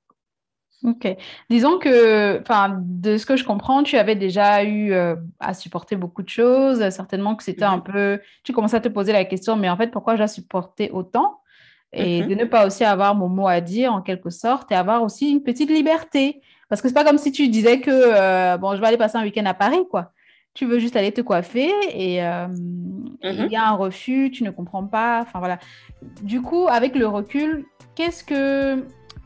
Ok. Disons que, enfin, de ce que je comprends, tu avais déjà eu euh, à supporter beaucoup de choses. Certainement que c'était un Mhm, peu, tu commençais à te poser la question, mais en fait, pourquoi j'ai supporté autant? Et de mhm, ne pas aussi avoir mon mot à dire en quelque sorte et avoir aussi une petite liberté. Parce que c'est pas comme si tu disais que, euh, bon, je vais aller passer un week-end à Paris, quoi. tu veux juste aller te coiffer et euh, il Mhm. y a un refus, tu ne comprends pas. Enfin voilà. Du coup, avec le recul, qu'est-ce que,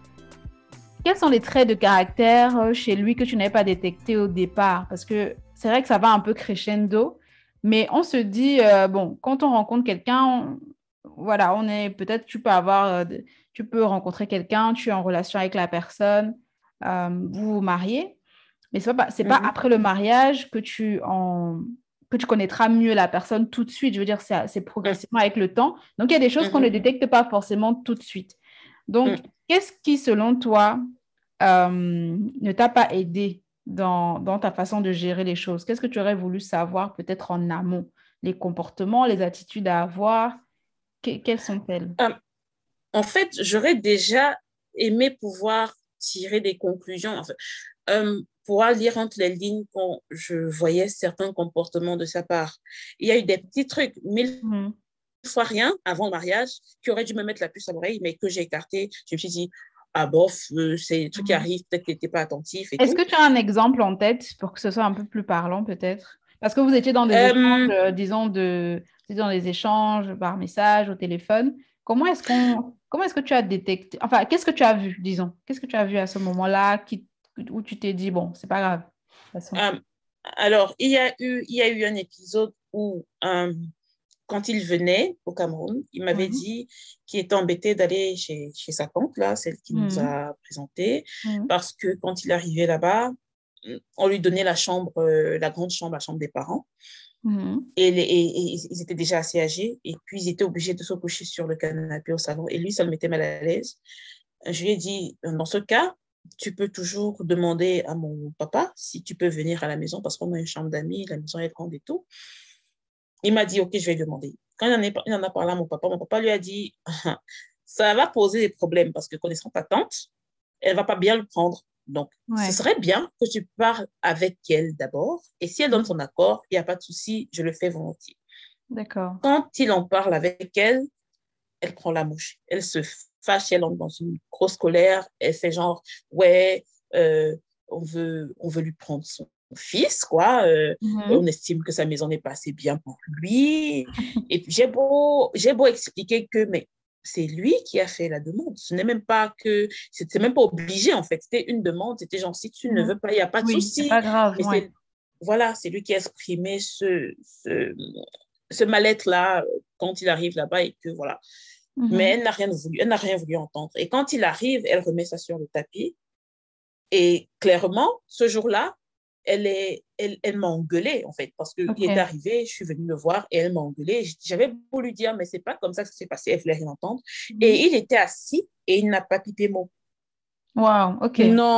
quels sont les traits de caractère euh, chez lui que tu n'avais pas détecté au départ? Parce que c'est vrai que ça va un peu crescendo, mais on se dit, euh, bon, quand on rencontre quelqu'un, on- voilà, on est peut-être, tu peux avoir, euh, de- tu peux rencontrer quelqu'un, tu es en relation avec la personne, euh, vous vous mariez, mais c'est pas, c'est pas Mhm. après le mariage que tu en, que tu connaîtras mieux la personne tout de suite. Je veux dire, c'est c'est progressivement avec le temps. Donc, il y a des choses qu'on ne Mhm. détecte pas forcément tout de suite. Donc, Mhm. qu'est-ce qui, selon toi, euh, ne t'a pas aidé dans, dans ta façon de gérer les choses? Qu'est-ce que tu aurais voulu savoir peut-être en amont? Les comportements, les attitudes à avoir, que- quelles sont-elles? Euh, En fait, j'aurais déjà aimé pouvoir tirer des conclusions, en fait, euh, pouvoir lire entre les lignes quand je voyais certains comportements de sa part. Il y a eu des petits trucs, mille Mhm. fois rien avant le mariage, qui aurait dû me mettre la puce à l'oreille, mais que j'ai écarté. Je me suis dit, ah bof, euh, c'est des trucs qui Mhm. arrivent, peut-être que tu n'étais pas attentif et Est-ce tout. que tu as un exemple en tête pour que ce soit un peu plus parlant, peut-être? Parce que vous étiez dans des échanges, Euh, euh, disons, de, vous étiez dans des échanges par message, au téléphone. Comment est-ce qu'on, comment est-ce que tu as détecté, enfin, qu'est-ce que tu as vu, disons? Qu'est-ce que tu as vu à ce moment-là qui, où tu t'es dit, bon, c'est pas grave, de toute façon. euh, alors, il y a eu, il y a eu un épisode où euh, quand il venait au Cameroun, il m'avait Oui. dit qu'il était embêté d'aller chez, chez sa tante, là, celle qui nous Mhm. a présenté, Mhm. parce que quand il arrivait là-bas, on lui donnait la chambre, euh, la grande chambre, la chambre des parents, Mhm. et, les, et, et ils étaient déjà assez âgés, et puis ils étaient obligés de se coucher sur le canapé au salon, et lui, ça le mettait mal à l'aise. Je lui ai dit, dans ce cas, tu peux toujours demander à mon papa si tu peux venir à la maison, parce qu'on a une chambre d'amis, la maison est grande et tout. Il m'a dit, OK, je vais demander. Quand il en, est, il en a parlé à mon papa, mon papa lui a dit, ça va poser des problèmes parce que connaissant ta tante, elle ne va pas bien le prendre. Donc, ce Ouais. serait bien que tu parles avec elle d'abord. Et si elle donne Mhm. son accord, il n'y a pas de souci, je le fais volontiers. D'accord. Quand il en parle avec elle, elle prend la mouche. Elle se fâche, elle entre dans une grosse colère. Elle fait genre, ouais, euh, on, veut, on veut lui prendre son fils, quoi. Euh, on Mhm. estime que sa maison n'est pas assez bien pour lui. Et puis, j'ai beau, j'ai beau expliquer que, mais c'est lui qui a fait la demande. Ce n'est même pas que, c'est même pas obligé, en fait. C'était une demande. C'était genre, si tu ne Mhm. veux pas, il n'y a pas de Oui, c'est souci. pas grave, Mais ouais. c'est, voilà, c'est lui qui a exprimé ce, ce, ce mal-être-là quand il arrive là-bas et que, voilà. Mais Mhm. elle n'a rien voulu, elle n'a rien voulu entendre. Et quand il arrive, elle remet ça sur le tapis. Et clairement, ce jour-là, elle, est, elle, elle m'a engueulée, en fait, parce qu'il est Ok. arrivé, je suis venue le voir et elle m'a engueulée. J'avais beau lui dire, mais c'est pas comme ça que ça s'est passé, elle voulait rien entendre. Mhm. Et il était assis et il n'a pas pipé mot. Wow, ok.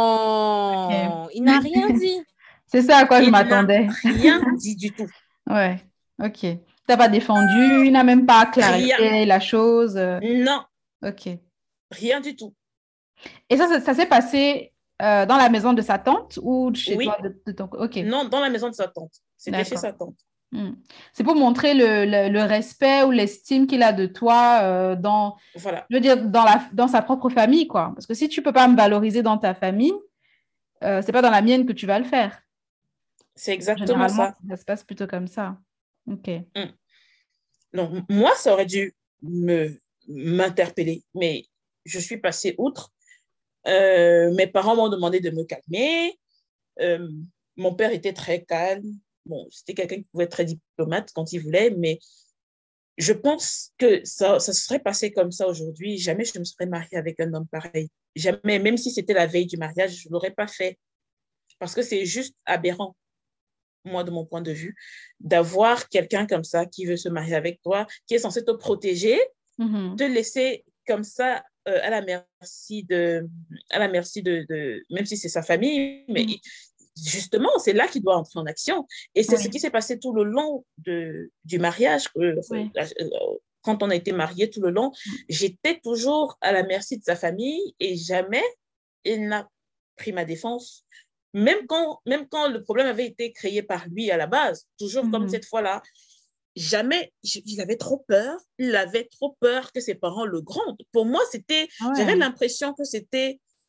Ok. Non, il n'a rien dit. C'est ça à quoi je Il n'a m'attendais. rien dit du tout. Ouais, ok. T'as pas défendu, il n'a même pas Rien. clarifié la chose. euh, Non, Ok. rien du tout. Et ça, ça, ça s'est passé euh, dans la maison de sa tante ou chez toi Oui, de, de ton... Ok, non, dans la maison de sa tante. C'était chez d'accord. sa tante. Hmm. C'est pour montrer le, le- le respect ou l'estime qu'il a de toi euh, dans, Voilà, je veux dire, dans la, dans sa propre famille, quoi. Parce que si tu peux pas me valoriser dans ta famille, euh, c'est pas dans la mienne que tu vas le faire. c'est exactement Généralement, ça. ça se passe plutôt comme ça. Ok. Mm. Donc, moi, ça aurait dû me m'interpeller, mais je suis passée outre. Euh, mes parents m'ont demandé de me calmer. Euh, Mon père était très calme. Bon, c'était quelqu'un qui pouvait être très diplomate quand il voulait, mais je pense que ça, ça se serait passé comme ça aujourd'hui. Jamais je me serais mariée avec un homme pareil. Jamais, même si c'était la veille du mariage, je ne l'aurais pas fait parce que c'est juste aberrant, moi, de mon point de vue, d'avoir quelqu'un comme ça qui veut se marier avec toi, qui est censé te protéger, te Mhm. laisser comme ça euh, à la merci de, à la merci de, de même si c'est sa famille, mais Mhm. justement, c'est là qu'il doit entrer en action. Et c'est ce Oui, qui s'est passé tout le long de, du mariage. Euh, oui. euh, quand on a été mariés tout le long, j'étais toujours à la merci de sa famille et jamais il n'a pris ma défense. Même quand, même quand le problème avait été créé par lui à la base, toujours comme Mhm. cette fois-là, jamais, il avait trop peur, il avait trop peur que ses parents le grondent. Pour moi, c'était, Ah j'avais ouais. l'impression que c'était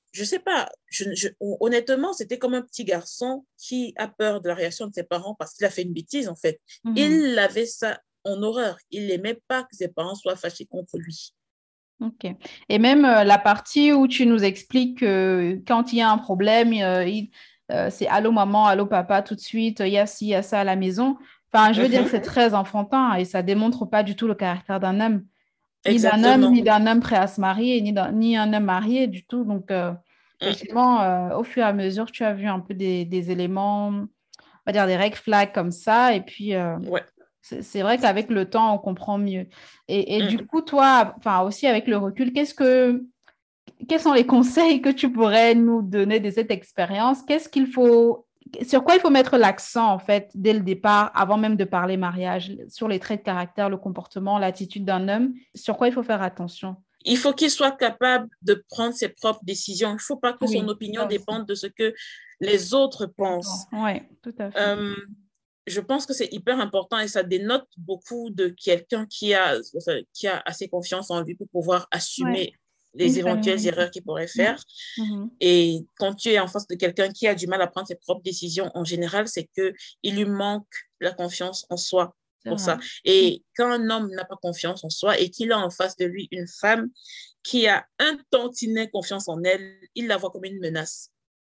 je sais pas, je, je, honnêtement, c'était comme un petit garçon qui a peur de la réaction de ses parents parce qu'il a fait une bêtise, en fait. Mm-hmm. Il avait ça en horreur. Il n'aimait pas que ses parents soient fâchés contre lui. Ok. Et même euh, la partie où tu nous expliques que quand il y a un problème, euh, il, euh, c'est allô maman, allô papa tout de suite, il y a ci, il y a ça à la maison. Enfin, je veux mm-hmm. dire que c'est très enfantin et ça démontre pas du tout le caractère d'un homme. Ni d'un homme, ni d'un homme prêt à se marier, ni, ni un homme marié du tout. Donc, euh, effectivement, euh, au fur et à mesure, tu as vu un peu des, des éléments, on va dire des red flags comme ça. Et puis, euh, ouais. c'est, c'est vrai qu'avec le temps, on comprend mieux. Et, et mm. du coup, toi, enfin aussi avec le recul, qu'est-ce que, quels sont les conseils que tu pourrais nous donner de cette expérience? Qu'est-ce qu'il faut, sur quoi il faut mettre l'accent, en fait, dès le départ, avant même de parler mariage, sur les traits de caractère, le comportement, l'attitude d'un homme, sur quoi il faut faire attention? Il faut qu'il soit capable de prendre ses propres décisions. Il ne faut pas que oui, son opinion dépende de ce que les autres pensent. Oui, tout à fait. Euh, je pense que c'est hyper important et ça dénote beaucoup de quelqu'un qui a, qui a assez confiance en lui pour pouvoir assumer ouais. les Une éventuelles famille. erreurs qu'il pourrait faire. Mm-hmm. Et quand tu es en face de quelqu'un qui a du mal à prendre ses propres décisions, en général, c'est qu'il lui manque la confiance en soi. Pour ça. Et quand un homme n'a pas confiance en soi et qu'il a en face de lui une femme qui a un tantinet confiance en elle, il la voit comme une menace.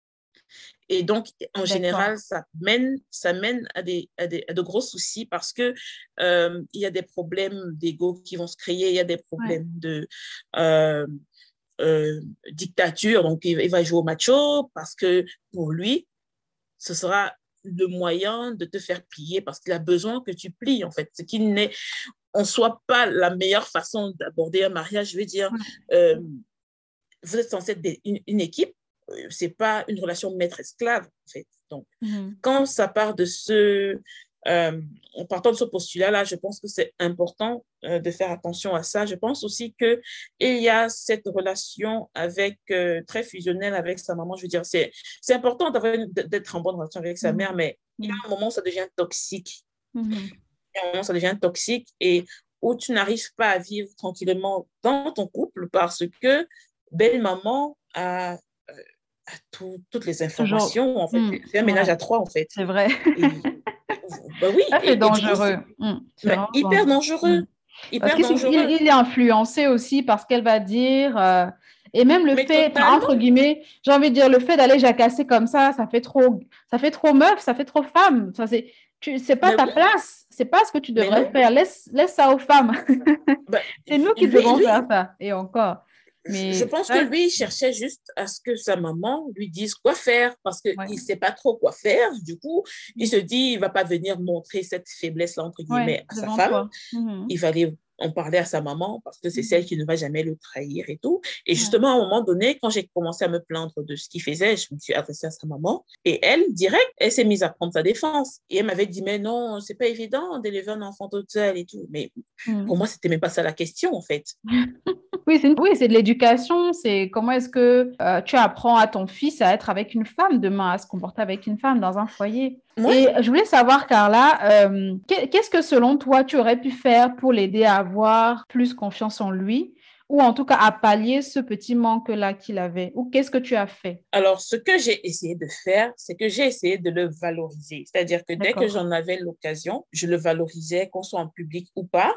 Et donc, en D'accord. général, ça mène, ça mène à, des, à, des, à de gros soucis parce qu'il euh, y a des problèmes d'ego qui vont se créer, il y a des problèmes ouais. de euh, euh, dictature. Donc, il, il va jouer au macho parce que pour lui, ce sera le moyen de te faire plier parce qu'il a besoin que tu plies, en fait. Ce qui n'est en soi pas la meilleure façon d'aborder un mariage. Je veux dire, euh, vous êtes censé être une, une équipe, ce n'est pas une relation maître-esclave, en fait. Donc, mm-hmm. quand ça part de ce... Euh, en partant de ce postulat-là, je pense que c'est important euh, de faire attention à ça. Je pense aussi qu'il y a cette relation avec, euh, très fusionnelle avec sa maman. Je veux dire, c'est, c'est important d'avoir une, d'être en bonne relation avec sa mm-hmm. mère, mais mm-hmm. il y a un moment où ça devient toxique. Mm-hmm. Il y a un moment où ça devient toxique et où tu n'arrives pas à vivre tranquillement dans ton couple parce que belle-maman a... à tout, toutes les informations, Toujours. en fait. Mmh, c'est un ménage ouais. à trois, en fait. C'est vrai. Et, bah oui. Ça, c'est et, dangereux. Et coup, c'est, mmh, c'est bah, hyper dangereux. Mmh. Hyper Parce dangereux. qu'il il est influencé aussi par ce qu'elle va dire. Euh, et même le Mais fait, totalement. entre guillemets, j'ai envie de dire, le fait d'aller jacasser comme ça, ça fait trop, ça fait trop meuf, ça fait trop femme. Ça, c'est, tu, c'est pas Mais ta oui. place. C'est pas ce que tu devrais faire. Laisse, laisse ça aux femmes. Bah, c'est nous qui lui, devons lui... faire ça. Et encore. Mais je pense que lui, il cherchait juste à ce que sa maman lui dise quoi faire parce qu'il ouais. ne sait pas trop quoi faire. Du coup, il se dit, il ne va pas venir montrer cette faiblesse-là, entre guillemets, ouais, à sa femme. Mm-hmm. Il va aller en parler à sa maman parce que c'est mm-hmm. celle qui ne va jamais le trahir et tout. Et justement, ouais. à un moment donné, quand j'ai commencé à me plaindre de ce qu'il faisait, je me suis adressée à sa maman et elle, direct, elle s'est mise à prendre sa défense. Et elle m'avait dit, mais non, c'est pas évident d'élever un enfant toute seule et tout. Mais mm-hmm. pour moi, c'était même pas ça la question, en fait. Oui, c'est, une... oui, c'est de l'éducation. C'est comment est-ce que euh, tu apprends à ton fils à être avec une femme demain, à se comporter avec une femme dans un foyer. Oui. Et je voulais savoir, Carla, euh, qu'est-ce que selon toi, tu aurais pu faire pour l'aider à avoir plus confiance en lui ou en tout cas à pallier ce petit manque-là qu'il avait? Ou qu'est-ce que tu as fait? Alors, ce que j'ai essayé de faire, c'est que j'ai essayé de le valoriser. C'est-à-dire que D'accord. dès que j'en avais l'occasion, je le valorisais, qu'on soit en public ou pas.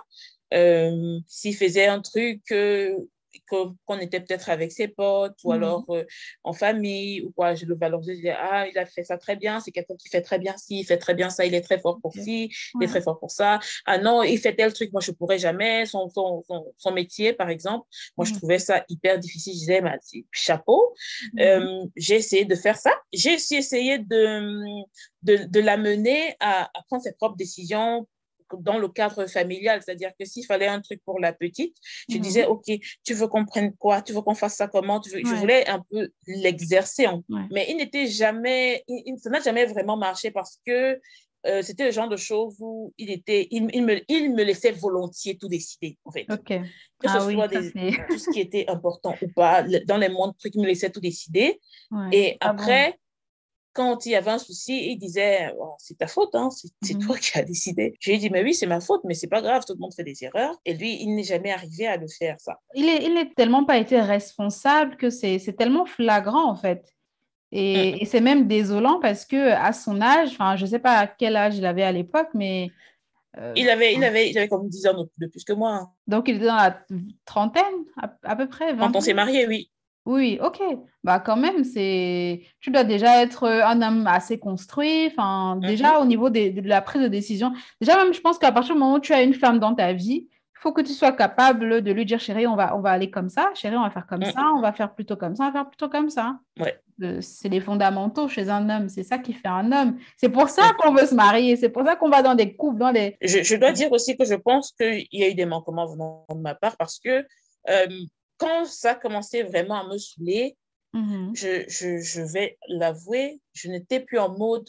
Euh, s'il faisait un truc euh, qu'on était peut-être avec ses potes ou mmh. alors euh, en famille ou quoi, je le valorisais, je disais, ah, il a fait ça très bien, c'est quelqu'un qui fait très bien ci, il fait très bien ça, il est très fort pour ci, okay. il ouais. est très fort pour ça. Ah non, il fait tel truc, moi je ne pourrais jamais, son, son, son, son métier par exemple, moi mmh. je trouvais ça hyper difficile, je disais, bah, chapeau, mmh. euh, j'ai essayé de faire ça, j'ai aussi essayé de, de, de l'amener à, à prendre ses propres décisions dans le cadre familial, c'est-à-dire que s'il fallait un truc pour la petite, je mmh. disais, OK, tu veux qu'on prenne quoi? Tu veux qu'on fasse ça comment? Tu veux... ouais. Je voulais un peu l'exercer. En... Ouais. Mais il n'était jamais, il, il, ça n'a jamais vraiment marché parce que euh, c'était le genre de choses où il, était, il, il, me, il me laissait volontiers tout décider, en fait. Okay. Que ce ah soit oui, des, tout ce qui était important ou pas, dans les moindres trucs, il me laissait tout décider. Ouais. Et après, bon. quand il y avait un souci, il disait oh, c'est ta faute, hein, c'est, c'est Mhm. toi qui as décidé. Je lui ai dit mais oui, c'est ma faute, mais c'est pas grave, tout le monde fait des erreurs. Et lui, il n'est jamais arrivé à le faire, ça. Il est, il n'est tellement pas été responsable que c'est, c'est tellement flagrant, en fait. Mm. Et, et c'est même désolant parce que à son âge, enfin, je ne sais pas à quel âge il avait à l'époque, mais euh, Il avait, il avait, il avait comme dix ans de plus que moi, hein. donc il était dans la trentaine, à, à peu près, Quand on vingtaine. s'est mariés, oui. Oui, ok. Bah quand même, c'est tu dois déjà être euh, un homme assez construit. Enfin, Mhm. déjà au niveau des- de, la prise de décision. Déjà même, je pense qu'à partir du moment où tu as une femme dans ta vie, il faut que tu sois capable de lui dire, chérie, on va, on va aller comme ça, chérie, on va faire comme Mm. ça, on va faire plutôt comme ça, on va faire plutôt comme ça. Ouais. Euh, C'est les fondamentaux chez un homme. C'est ça qui fait un homme. C'est pour ça Mm. qu'on veut se marier. C'est pour ça qu'on va dans des couples, dans des. Je, je dois dire aussi que je pense qu'il y a eu des manquements venant de ma part parce que euh, quand ça commençait vraiment à me saouler, Mhm. je, je, je vais l'avouer, je n'étais plus en mode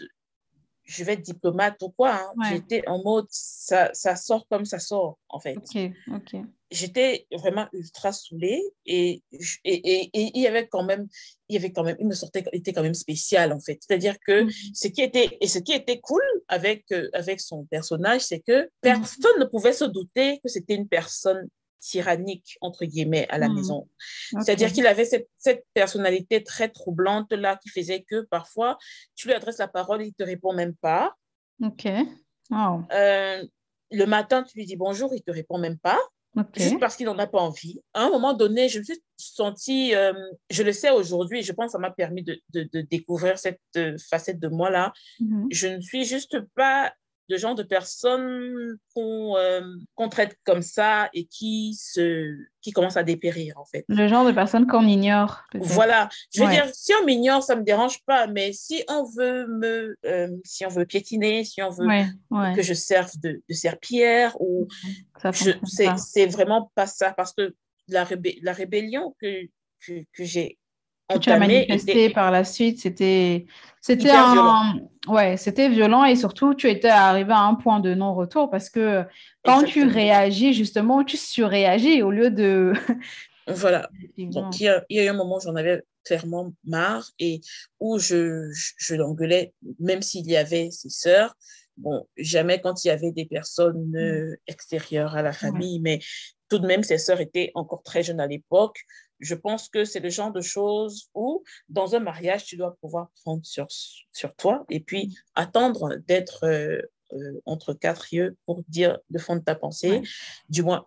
je vais être diplomate ou quoi, hein. Ouais. J'étais en mode ça, ça sort comme ça sort, en fait. Ok, ok. J'étais vraiment ultra saoulée et, je- et, et, et il y avait quand même, il y avait quand même, il me sortait, il était quand même spécial, en fait. C'est-à-dire que Mhm. ce qui était, et ce qui était cool avec, euh, avec son personnage, c'est que Mhm. personne ne pouvait se douter que c'était une personne tyrannique, entre guillemets, à la Mhm. maison. C'est-à-dire Ok, qu'il avait cette, cette personnalité très troublante-là qui faisait que parfois, tu lui adresses la parole, il ne te répond même pas. ok. Wow. Euh, le matin, tu lui dis bonjour, il ne te répond même pas, Ok. juste parce qu'il n'en a pas envie. À un moment donné, je me suis sentie, euh, je le sais aujourd'hui, je pense que ça m'a permis de, de, de découvrir cette euh, facette de moi-là. Mhm. Je ne suis juste pas le genre de personne qu'on euh, qu'on traite comme ça et qui, se, qui commence à dépérir, en fait. Le genre de personne qu'on ignore, peut-être. Voilà, je veux Ouais, dire, si on m'ignore, ça ne me dérange pas, mais si on veut me, euh, si on veut piétiner, si on veut ouais, ouais. que je serve de, de serpillière, ou Ça je, fonctionne c'est, pas. c'est vraiment pas ça, parce que la, rébé- la rébellion que, que, que j'ai Que tu as entamée était manifesté par la suite, c'était, c'était hyper violente. un, ouais, c'était violent et surtout, tu étais arrivé à un point de non-retour parce que quand tu Exactement. réagis, justement, tu surréagis au lieu de. Voilà. Effectivement. Donc, il y a, il y a eu un moment où j'en avais clairement marre et où je, je, je l'engueulais, même s'il y avait ses sœurs. Bon, jamais quand il y avait des personnes Mm. euh, extérieures à la Ouais. famille, mais tout de même, ses sœurs étaient encore très jeunes à l'époque. Je pense que c'est le genre de choses où, dans un mariage, tu dois pouvoir prendre sur, sur toi et puis attendre d'être euh, euh, entre quatre yeux pour dire le fond de ta pensée, Ouais. du moins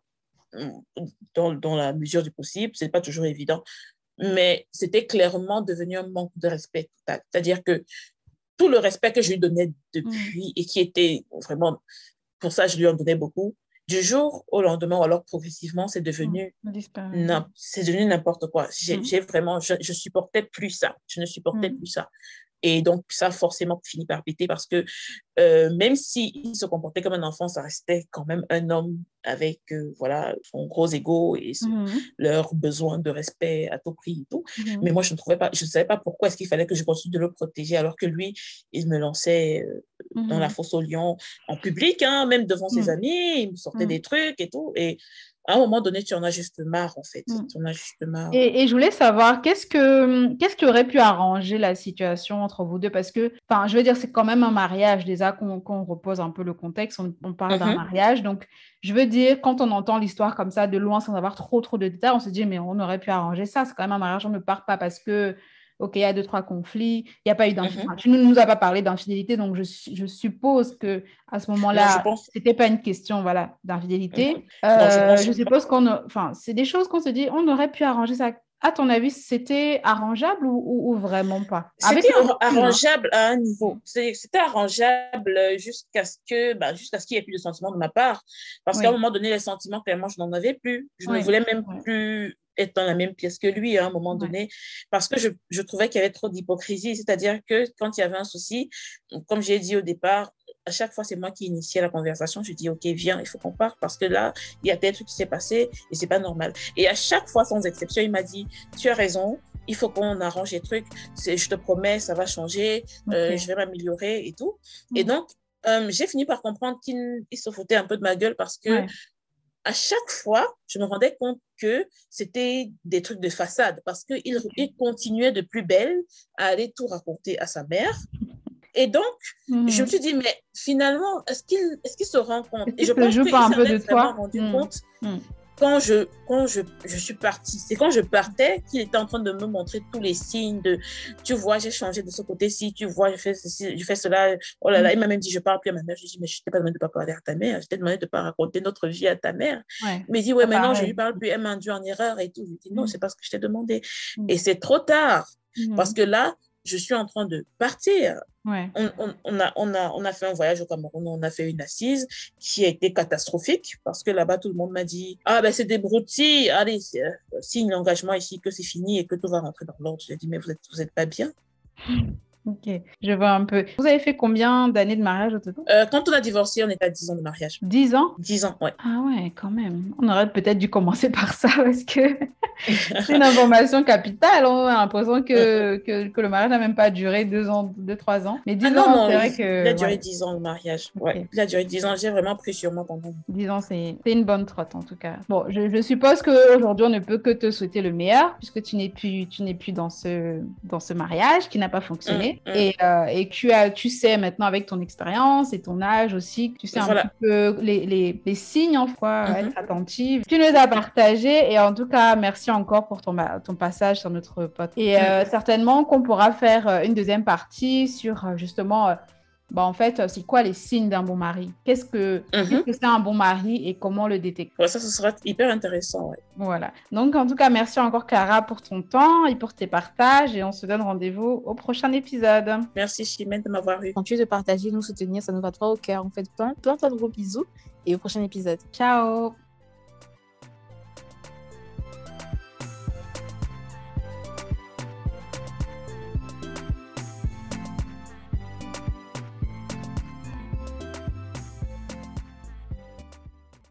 dans, dans la mesure du possible. Ce n'est pas toujours évident, mais c'était clairement devenu un manque de respect total. C'est-à-dire que tout le respect que je lui donnais Mm. depuis et qui était vraiment, pour ça, je lui en donnais beaucoup, du jour au lendemain, ou alors progressivement, c'est Mm. devenu Disparu. non, c'est devenu n'importe quoi. J'ai, Mm. j'ai vraiment, je, je supportais plus ça. Je ne supportais Mm. plus ça. Et donc, ça forcément finit par péter parce que euh, même s'il se comportait comme un enfant, ça restait quand même un homme avec euh, voilà, son gros ego et ce, Mhm. leur besoin de respect à tout prix et tout. Mhm. Mais moi, je ne trouvais pas, je ne savais pas pourquoi est-ce qu'il fallait que je continue de le protéger alors que lui, il me lançait euh, dans la Mhm. fosse au lion en public, hein, même devant ses Mm. amis, il me sortait Mm. des trucs et tout. Et à un moment donné, tu en as juste marre, en fait. Mm. Tu en as juste marre. Et, et je voulais savoir, qu'est-ce que, qu'est-ce qui aurait pu arranger la situation entre vous deux? Parce que, enfin, je veux dire, c'est quand même un mariage, déjà qu'on qu'on repose un peu le contexte, on, on parle d'un Mhm, mariage. Donc, je veux dire, quand on entend l'histoire comme ça de loin, sans avoir trop, trop de détails, on se dit, mais on aurait pu arranger ça. C'est quand même un mariage, on ne part pas parce que, OK, il y a deux, trois conflits, il n'y a pas eu d'infidélité. mhm. Enfin, tu ne nous as pas parlé d'infidélité, donc je, je suppose que à ce Non, je moment-là, pense. c'était pas une question, voilà, d'infidélité. Mhm. Non, je Euh, pense je pas. suppose qu'on a- enfin, c'est des choses qu'on se dit, on aurait pu arranger ça. À ton avis, c'était arrangeable ou, ou- ou vraiment pas? Avec C'était le ar- recul, hein. arrangeable à un niveau. C'est- C'était arrangeable jusqu'à ce que, bah, jusqu'à ce qu'il n'y ait plus de sentiments de ma part. Parce qu'à un Oui, moment donné, les sentiments, clairement, je n'en avais plus. Je ne oui, voulais même oui, plus être dans la même pièce que lui à un moment oui. donné. Parce que je, je trouvais qu'il y avait trop d'hypocrisie. C'est-à-dire que quand il y avait un souci, comme j'ai dit au départ, à chaque fois, c'est moi qui initiais la conversation. Je dis, OK, viens, il faut qu'on parte parce que là, il y a tel truc qui s'est passé et c'est pas normal. Et à chaque fois, sans exception, il m'a dit, tu as raison, il faut qu'on arrange les trucs. C'est, je te promets, ça va changer, euh, OK. je vais m'améliorer et tout. Et Mm. donc, euh, j'ai fini par comprendre qu'il il se foutait un peu de ma gueule parce que Ouais. à chaque fois, je me rendais compte que c'était des trucs de façade parce qu'il il continuait de plus belle à aller tout raconter à sa mère. Et donc, mmh. je me suis dit, mais finalement, est-ce qu'il, est-ce qu'il se rend compte? Et je pense qu'il s'en est vraiment rendu mmh. compte mmh. quand, je, quand je, je suis partie. C'est quand je partais qu'il était en train de me montrer tous les signes de, tu vois, j'ai changé de ce côté-ci, tu vois, je fais ceci, je fais cela. Oh là là, mmh. il m'a même dit, je ne parle plus à ma mère. Je lui ai dit, mais je ne t'ai pas demandé de ne pas parler à ta mère. Je t'ai demandé de ne pas raconter notre vie à ta mère. Ouais. Mais il dit, ouais, maintenant, pareil. Je ne lui parle plus. Elle m'a induit en erreur et tout. Je lui ai dit, non, mmh. c'est pas ce que je t'ai demandé. Mmh. Et c'est trop tard. Mmh. Parce que là, je suis en train de partir. Ouais. On, on, on, a, on, a, on a fait un voyage au Cameroun, on a fait une assise qui a été catastrophique parce que là-bas, tout le monde m'a dit « Ah, ben c'est des broutilles, allez, euh, signe l'engagement ici que c'est fini et que tout va rentrer dans l'ordre. » J'ai dit « Mais vous n'êtes vous êtes pas bien ?» Ok, je vois un peu. Vous avez fait combien d'années de mariage au total? euh, Quand on a divorcé, on était à dix ans de mariage. dix ans? dix ans, ouais. Ah ouais, quand même. On aurait peut-être dû commencer par ça parce que c'est une information capitale. On a l'impression que, que, que le mariage n'a même pas duré deux ans, deux, trois ans. Mais dix ah ans, non, non, c'est vrai il, que... Il a duré ouais. dix ans le mariage. Okay. Ouais. Il a duré dix ans. J'ai vraiment pris sur moi pendant. dix ans, c'est une bonne trotte en tout cas. Bon, je, je suppose qu'aujourd'hui, on ne peut que te souhaiter le meilleur puisque tu n'es plus, tu n'es plus dans ce, dans ce mariage qui n'a pas fonctionné. Mmh, mmh. Et, euh, et tu, as, tu sais maintenant avec ton expérience et ton âge aussi, tu sais un voilà. petit peu les, les, les signes, en quoi, mmh. être attentive. Tu nous as partagé et en tout cas, merci encore pour ton, ton passage sur notre podcast. Et euh, mmh. certainement qu'on pourra faire une deuxième partie sur justement... Euh, Bah, en fait, c'est quoi les signes d'un bon mari? Qu'est-ce que mm-hmm. qu'est-ce que c'est un bon mari et comment le détecter? Ouais, ça, ce sera hyper intéressant. Ouais. Voilà. Donc, en tout cas, merci encore, Clara, pour ton temps et pour tes partages. Et on se donne rendez-vous au prochain épisode. Merci, Chimène, de m'avoir eu. Continue de partager, nous soutenir, ça nous va droit au cœur. On fait plein, plein, plein de gros bisous et au prochain épisode. Ciao!